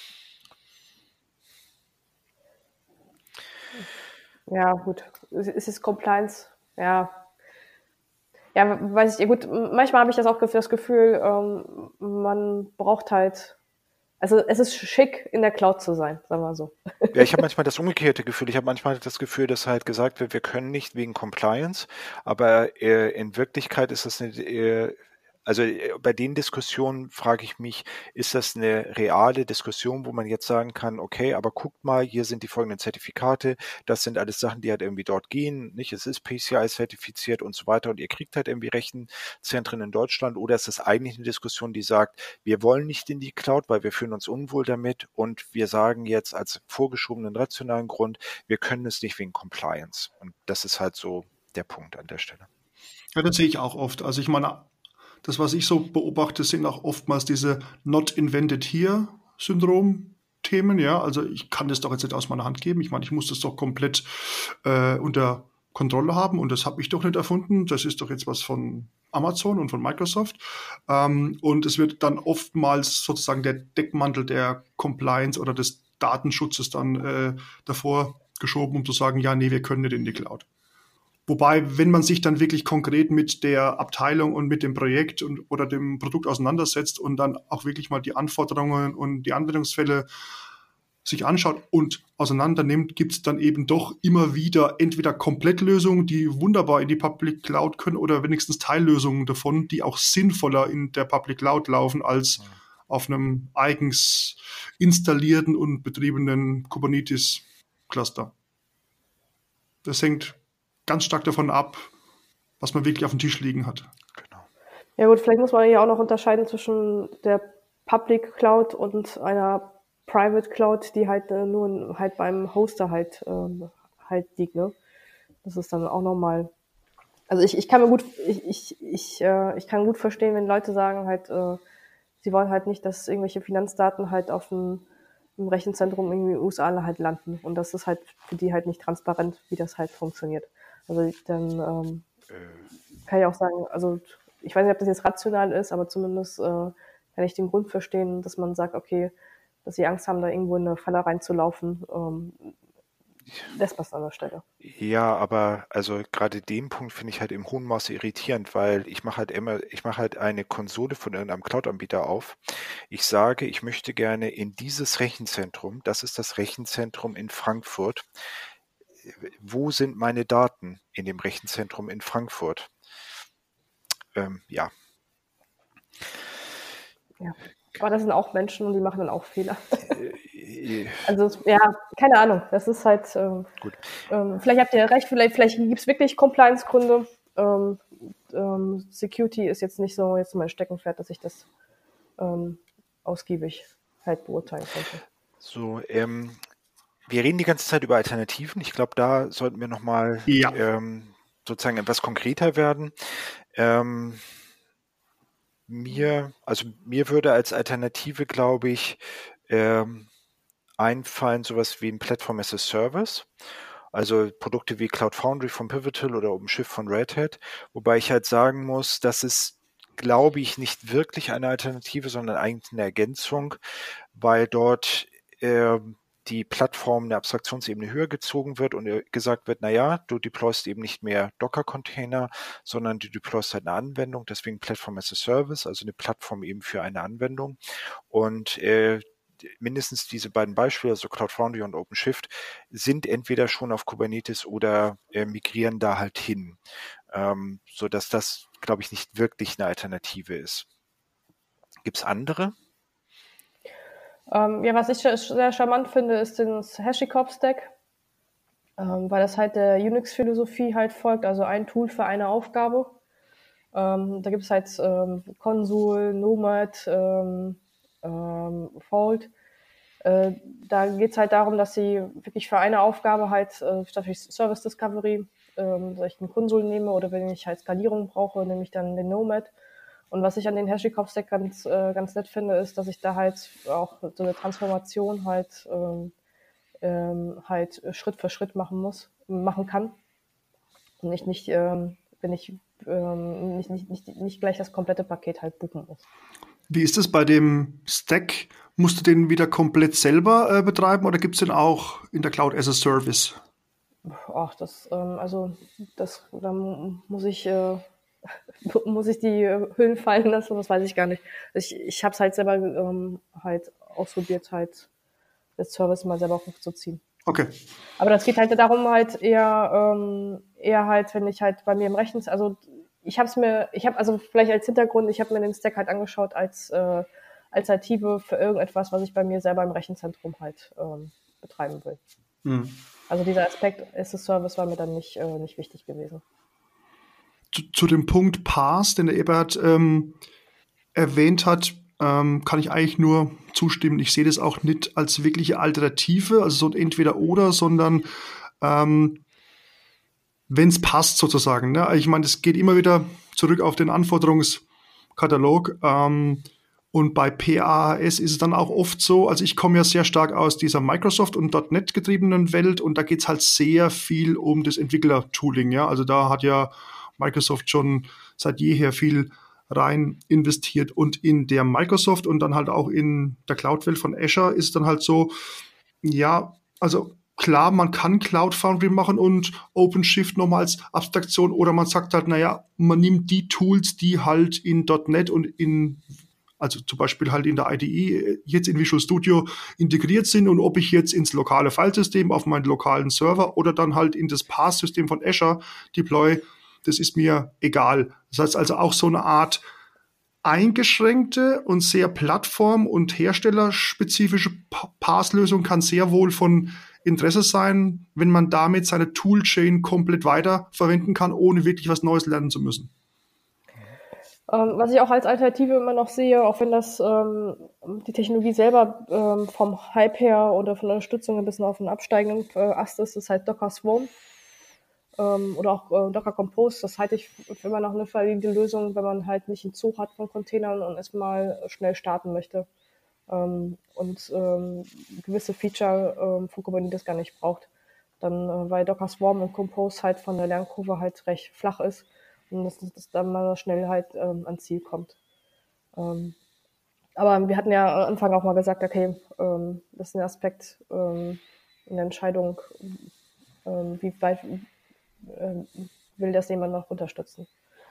[SPEAKER 2] Ja, gut. Es ist Compliance, ja. Ja, weiß ich, ja gut, manchmal habe ich das auch das Gefühl, ähm, man braucht halt Also es ist schick, in der Cloud zu sein, sagen wir so.
[SPEAKER 4] Ja, ich habe manchmal das umgekehrte Gefühl. Ich habe manchmal das Gefühl, dass halt gesagt wird, wir können nicht wegen Compliance, aber äh, in Wirklichkeit ist das eine, äh, also äh, bei den Diskussionen frage ich mich, ist das eine reale Diskussion, wo man jetzt sagen kann, okay, aber guckt mal, hier sind die folgenden Zertifikate, das sind alles Sachen, die halt irgendwie dort gehen, nicht? Es ist P C I-zertifiziert und so weiter und ihr kriegt halt irgendwie Rechenzentren in Deutschland, oder ist das eigentlich eine Diskussion, die sagt, wir wollen nicht in die Cloud, weil wir fühlen uns unwohl damit und wir sagen jetzt als vorgeschobenen rationalen Grund, wir können es nicht wegen Compliance. Und das ist halt so der Punkt an der Stelle.
[SPEAKER 3] Ja, das sehe ich auch oft. Also ich meine, das, was ich so beobachte, sind auch oftmals diese Not Invented Here-Syndrom-Themen. Ja, also ich kann das doch jetzt nicht aus meiner Hand geben. Ich meine, ich muss das doch komplett äh, unter Kontrolle haben und das habe ich doch nicht erfunden. Das ist doch jetzt was von Amazon und von Microsoft. Ähm, und es wird dann oftmals sozusagen der Deckmantel der Compliance oder des Datenschutzes dann äh, davor geschoben, um zu sagen, ja, nee, wir können nicht in die Cloud. Wobei, wenn man sich dann wirklich konkret mit der Abteilung und mit dem Projekt und, oder dem Produkt auseinandersetzt und dann auch wirklich mal die Anforderungen und die Anwendungsfälle sich anschaut und auseinander nimmt, gibt es dann eben doch immer wieder entweder Komplettlösungen, die wunderbar in die Public Cloud können, oder wenigstens Teillösungen davon, die auch sinnvoller in der Public Cloud laufen als ja. auf einem eigens installierten und betriebenen Kubernetes-Cluster. Das hängt ganz stark davon ab, was man wirklich auf dem Tisch liegen hat.
[SPEAKER 2] Ja gut, vielleicht muss man ja auch noch unterscheiden zwischen der Public Cloud und einer Private Cloud, die halt äh, nur in, halt beim Hoster halt, ähm, halt liegt, ne? Das ist dann auch nochmal. Also ich, ich kann mir gut, ich, ich, ich, äh, ich kann gut verstehen, wenn Leute sagen halt, äh, sie wollen halt nicht, dass irgendwelche Finanzdaten halt auf dem im Rechenzentrum in den U S A halt landen. Und das ist halt für die halt nicht transparent, wie das halt funktioniert. Also dann ähm, kann ich auch sagen, also ich weiß nicht, ob das jetzt rational ist, aber zumindest äh, kann ich den Grund verstehen, dass man sagt, okay, dass sie Angst haben, da irgendwo in eine Falle reinzulaufen. Ähm, das passt an der Stelle.
[SPEAKER 4] Ja, aber also gerade den Punkt finde ich halt im hohen Maße irritierend, weil ich mache halt immer, ich mache halt eine Konsole von irgendeinem Cloud-Anbieter auf. Ich sage, ich möchte gerne in dieses Rechenzentrum, das ist das Rechenzentrum in Frankfurt. Wo sind meine Daten in dem Rechenzentrum in Frankfurt? Ähm, ja.
[SPEAKER 2] Ja. Aber das sind auch Menschen und die machen dann auch Fehler. Also ja, keine Ahnung. Das ist halt, ähm,
[SPEAKER 4] Gut.
[SPEAKER 2] Ähm, vielleicht habt ihr recht, vielleicht, vielleicht gibt es wirklich Compliance-Gründe. Ähm, ähm, Security ist jetzt nicht so jetzt mein Steckenpferd, dass ich das ähm, ausgiebig halt beurteilen könnte.
[SPEAKER 4] So, ähm, wir reden die ganze Zeit über Alternativen. Ich glaube, da sollten wir nochmal
[SPEAKER 3] Ja.
[SPEAKER 4] ähm, sozusagen etwas konkreter werden. Ähm, mir, also mir würde als Alternative, glaube ich, ähm, einfallen sowas wie ein Platform as a Service. Also Produkte wie Cloud Foundry von Pivotal oder OpenShift von Red Hat. Wobei ich halt sagen muss, das ist, glaube ich, nicht wirklich eine Alternative, sondern eigentlich eine Ergänzung, weil dort äh, die Plattform eine Abstraktionsebene höher gezogen wird und gesagt wird, naja, du deployst eben nicht mehr Docker-Container, sondern du deployst halt eine Anwendung, deswegen Platform as a Service, also eine Plattform eben für eine Anwendung. Und äh, mindestens diese beiden Beispiele, also Cloud Foundry und OpenShift, sind entweder schon auf Kubernetes oder äh, migrieren da halt hin, ähm, sodass das, glaube ich, nicht wirklich eine Alternative ist. Gibt es andere?
[SPEAKER 2] Ähm, ja, was ich sehr charmant finde, ist das HashiCorp-Stack, ähm, weil das halt der Unix-Philosophie halt folgt, also ein Tool für eine Aufgabe. Ähm, da gibt es halt ähm, Consul, Nomad, ähm, ähm, Vault. Äh, da geht es halt darum, dass sie wirklich für eine Aufgabe halt, äh, statt ich Service Discovery, ähm, dass ich einen Konsul nehme oder wenn ich halt Skalierung brauche, nehme ich dann den Nomad. Und was ich an den HashiCorp-Stack ganz, äh, ganz nett finde, ist, dass ich da halt auch so eine Transformation halt, ähm, ähm, halt Schritt für Schritt machen muss, machen kann. Und ich nicht, ähm, wenn ich ähm, nicht, nicht, nicht, nicht gleich das komplette Paket halt buchen muss.
[SPEAKER 3] Wie ist es bei dem Stack? Musst du den wieder komplett selber äh, betreiben oder gibt es den auch in der Cloud as a Service?
[SPEAKER 2] Ach, das, ähm, also, das, da muss ich, äh, muss ich die Hüllen fallen lassen, das weiß ich gar nicht. Ich, ich habe es halt selber ähm, halt ausprobiert, halt das Service mal selber hochzuziehen.
[SPEAKER 3] Okay.
[SPEAKER 2] Aber das geht halt darum, halt eher, ähm, eher halt, wenn ich halt bei mir im Rechnen, also ich habe es mir, ich habe also vielleicht als Hintergrund, ich habe mir den Stack halt angeschaut als äh, Alternative für irgendetwas, was ich bei mir selber im Rechenzentrum halt ähm, betreiben will. Hm. Also dieser Aspekt as a Service war mir dann nicht, äh, nicht wichtig gewesen.
[SPEAKER 3] Zu, zu dem Punkt Pass, den der Eberhard ähm, erwähnt hat, ähm, kann ich eigentlich nur zustimmen. Ich sehe das auch nicht als wirkliche Alternative, also so ein Entweder-Oder, sondern ähm, wenn es passt sozusagen. Ne? Ich meine, das geht immer wieder zurück auf den Anforderungskatalog. Ähm, und bei P A H S ist es dann auch oft so, also ich komme ja sehr stark aus dieser Microsoft- und .N E T-getriebenen Welt und da geht es halt sehr viel um das Entwickler-Tooling. Ja? Also da hat ja Microsoft schon seit jeher viel rein investiert. Und in der Microsoft und dann halt auch in der Cloud-Welt von Azure ist dann halt so, ja, also klar, man kann Cloud Foundry machen und OpenShift nochmal als Abstraktion oder man sagt halt, naja, man nimmt die Tools, die halt in .N E T und in, also zum Beispiel halt in der I D E, jetzt in Visual Studio integriert sind und ob ich jetzt ins lokale Filesystem auf meinen lokalen Server oder dann halt in das Pass-System von Azure deploy, das ist mir egal. Das heißt also auch so eine Art eingeschränkte und sehr plattform- und herstellerspezifische Pass-Lösung kann sehr wohl von Interesse sein, wenn man damit seine Toolchain komplett weiter verwenden kann, ohne wirklich was Neues lernen zu müssen.
[SPEAKER 2] Ähm, was ich auch als Alternative immer noch sehe, auch wenn das ähm, die Technologie selber ähm, vom Hype her oder von der Unterstützung ein bisschen auf den absteigenden äh, Ast ist, ist halt Docker Swarm ähm, oder auch äh, Docker Compose. Das halte ich für immer noch eine valide Lösung, wenn man halt nicht einen Zoo hat von Containern und erstmal schnell starten möchte ähm, und ähm, gewisse Feature ähm, von Kubernetes gar nicht braucht. Dann, äh, weil Docker Swarm und Compose halt von der Lernkurve halt recht flach ist. Und dass das dann mal schnell halt ähm, ans Ziel kommt. Ähm, aber wir hatten ja am Anfang auch mal gesagt, okay, ähm, das ist ein Aspekt ähm, in der Entscheidung, ähm, wie weit ähm, will das jemand noch unterstützen.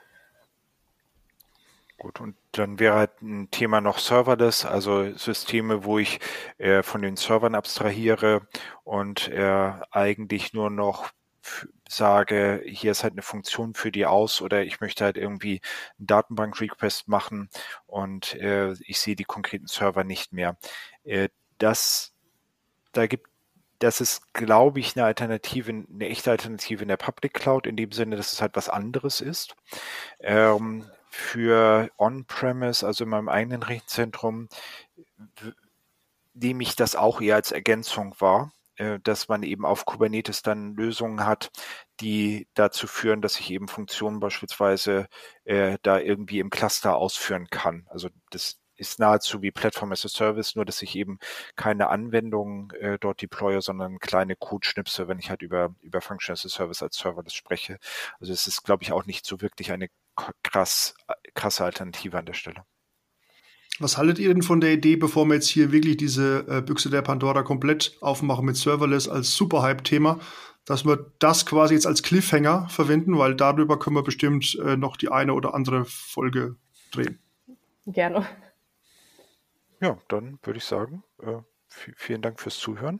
[SPEAKER 4] Gut, und dann wäre halt ein Thema noch Serverless, also Systeme, wo ich äh, von den Servern abstrahiere und äh, eigentlich nur noch f- sage, hier ist halt eine Funktion für die aus oder ich möchte halt irgendwie einen Datenbank-Request machen und äh, ich sehe die konkreten Server nicht mehr. Äh, das, da gibt Das ist, glaube ich, eine Alternative, eine echte Alternative in der Public Cloud, in dem Sinne, dass es halt was anderes ist. Ähm, für On-Premise, also in meinem eigenen Rechenzentrum, w- nehme ich das auch eher als Ergänzung wahr, äh, dass man eben auf Kubernetes dann Lösungen hat, die dazu führen, dass ich eben Funktionen beispielsweise äh, da irgendwie im Cluster ausführen kann. Also das ist nahezu wie Platform as a Service, nur dass ich eben keine Anwendung äh, dort deploye, sondern kleine Codeschnipsel, wenn ich halt über, über Function as a Service als Serverless spreche. Also es ist, glaube ich, auch nicht so wirklich eine krass, krasse Alternative an der Stelle.
[SPEAKER 3] Was haltet ihr denn von der Idee, bevor wir jetzt hier wirklich diese äh, Büchse der Pandora komplett aufmachen mit Serverless als Superhype-Thema, dass wir das quasi jetzt als Cliffhanger verwenden, weil darüber können wir bestimmt äh, noch die eine oder andere Folge drehen.
[SPEAKER 2] Gerne.
[SPEAKER 4] Ja, dann würde ich sagen, äh, v- vielen Dank fürs Zuhören.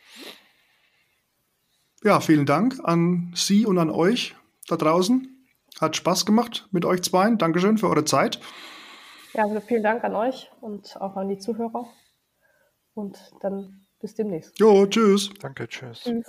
[SPEAKER 3] Ja, vielen Dank an Sie und an euch da draußen. Hat Spaß gemacht mit euch zweien. Dankeschön für eure Zeit.
[SPEAKER 2] Ja, also vielen Dank an euch und auch an die Zuhörer. Und dann bis demnächst.
[SPEAKER 3] Jo, tschüss.
[SPEAKER 4] Danke, tschüss.
[SPEAKER 2] Tschüss.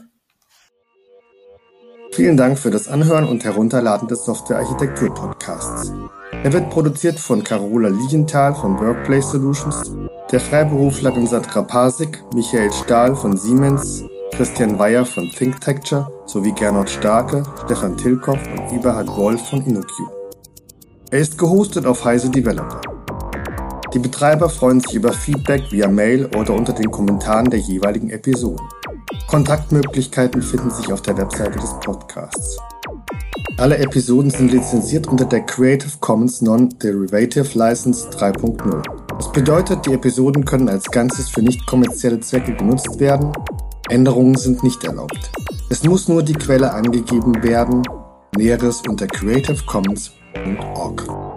[SPEAKER 5] Vielen Dank für das Anhören und Herunterladen des Software-Architektur-Podcasts. Er wird produziert von Carola Lienthal von Workplace Solutions, der Freiberuflerin Sandra Pasik, Michael Stahl von Siemens, Christian Weyer von ThinkTecture sowie Gernot Starke, Stefan Tilkoff und Eberhard Wolf von InnoQ. Er ist gehostet auf Heise Developer. Die Betreiber freuen sich über Feedback via Mail oder unter den Kommentaren der jeweiligen Episoden. Kontaktmöglichkeiten finden sich auf der Webseite des Podcasts. Alle Episoden sind lizenziert unter der Creative Commons Non-Derivative License drei Punkt null. Das bedeutet, die Episoden können als Ganzes für nicht kommerzielle Zwecke genutzt werden. Änderungen sind nicht erlaubt. Es muss nur die Quelle angegeben werden. Näheres unter creative commons punkt org.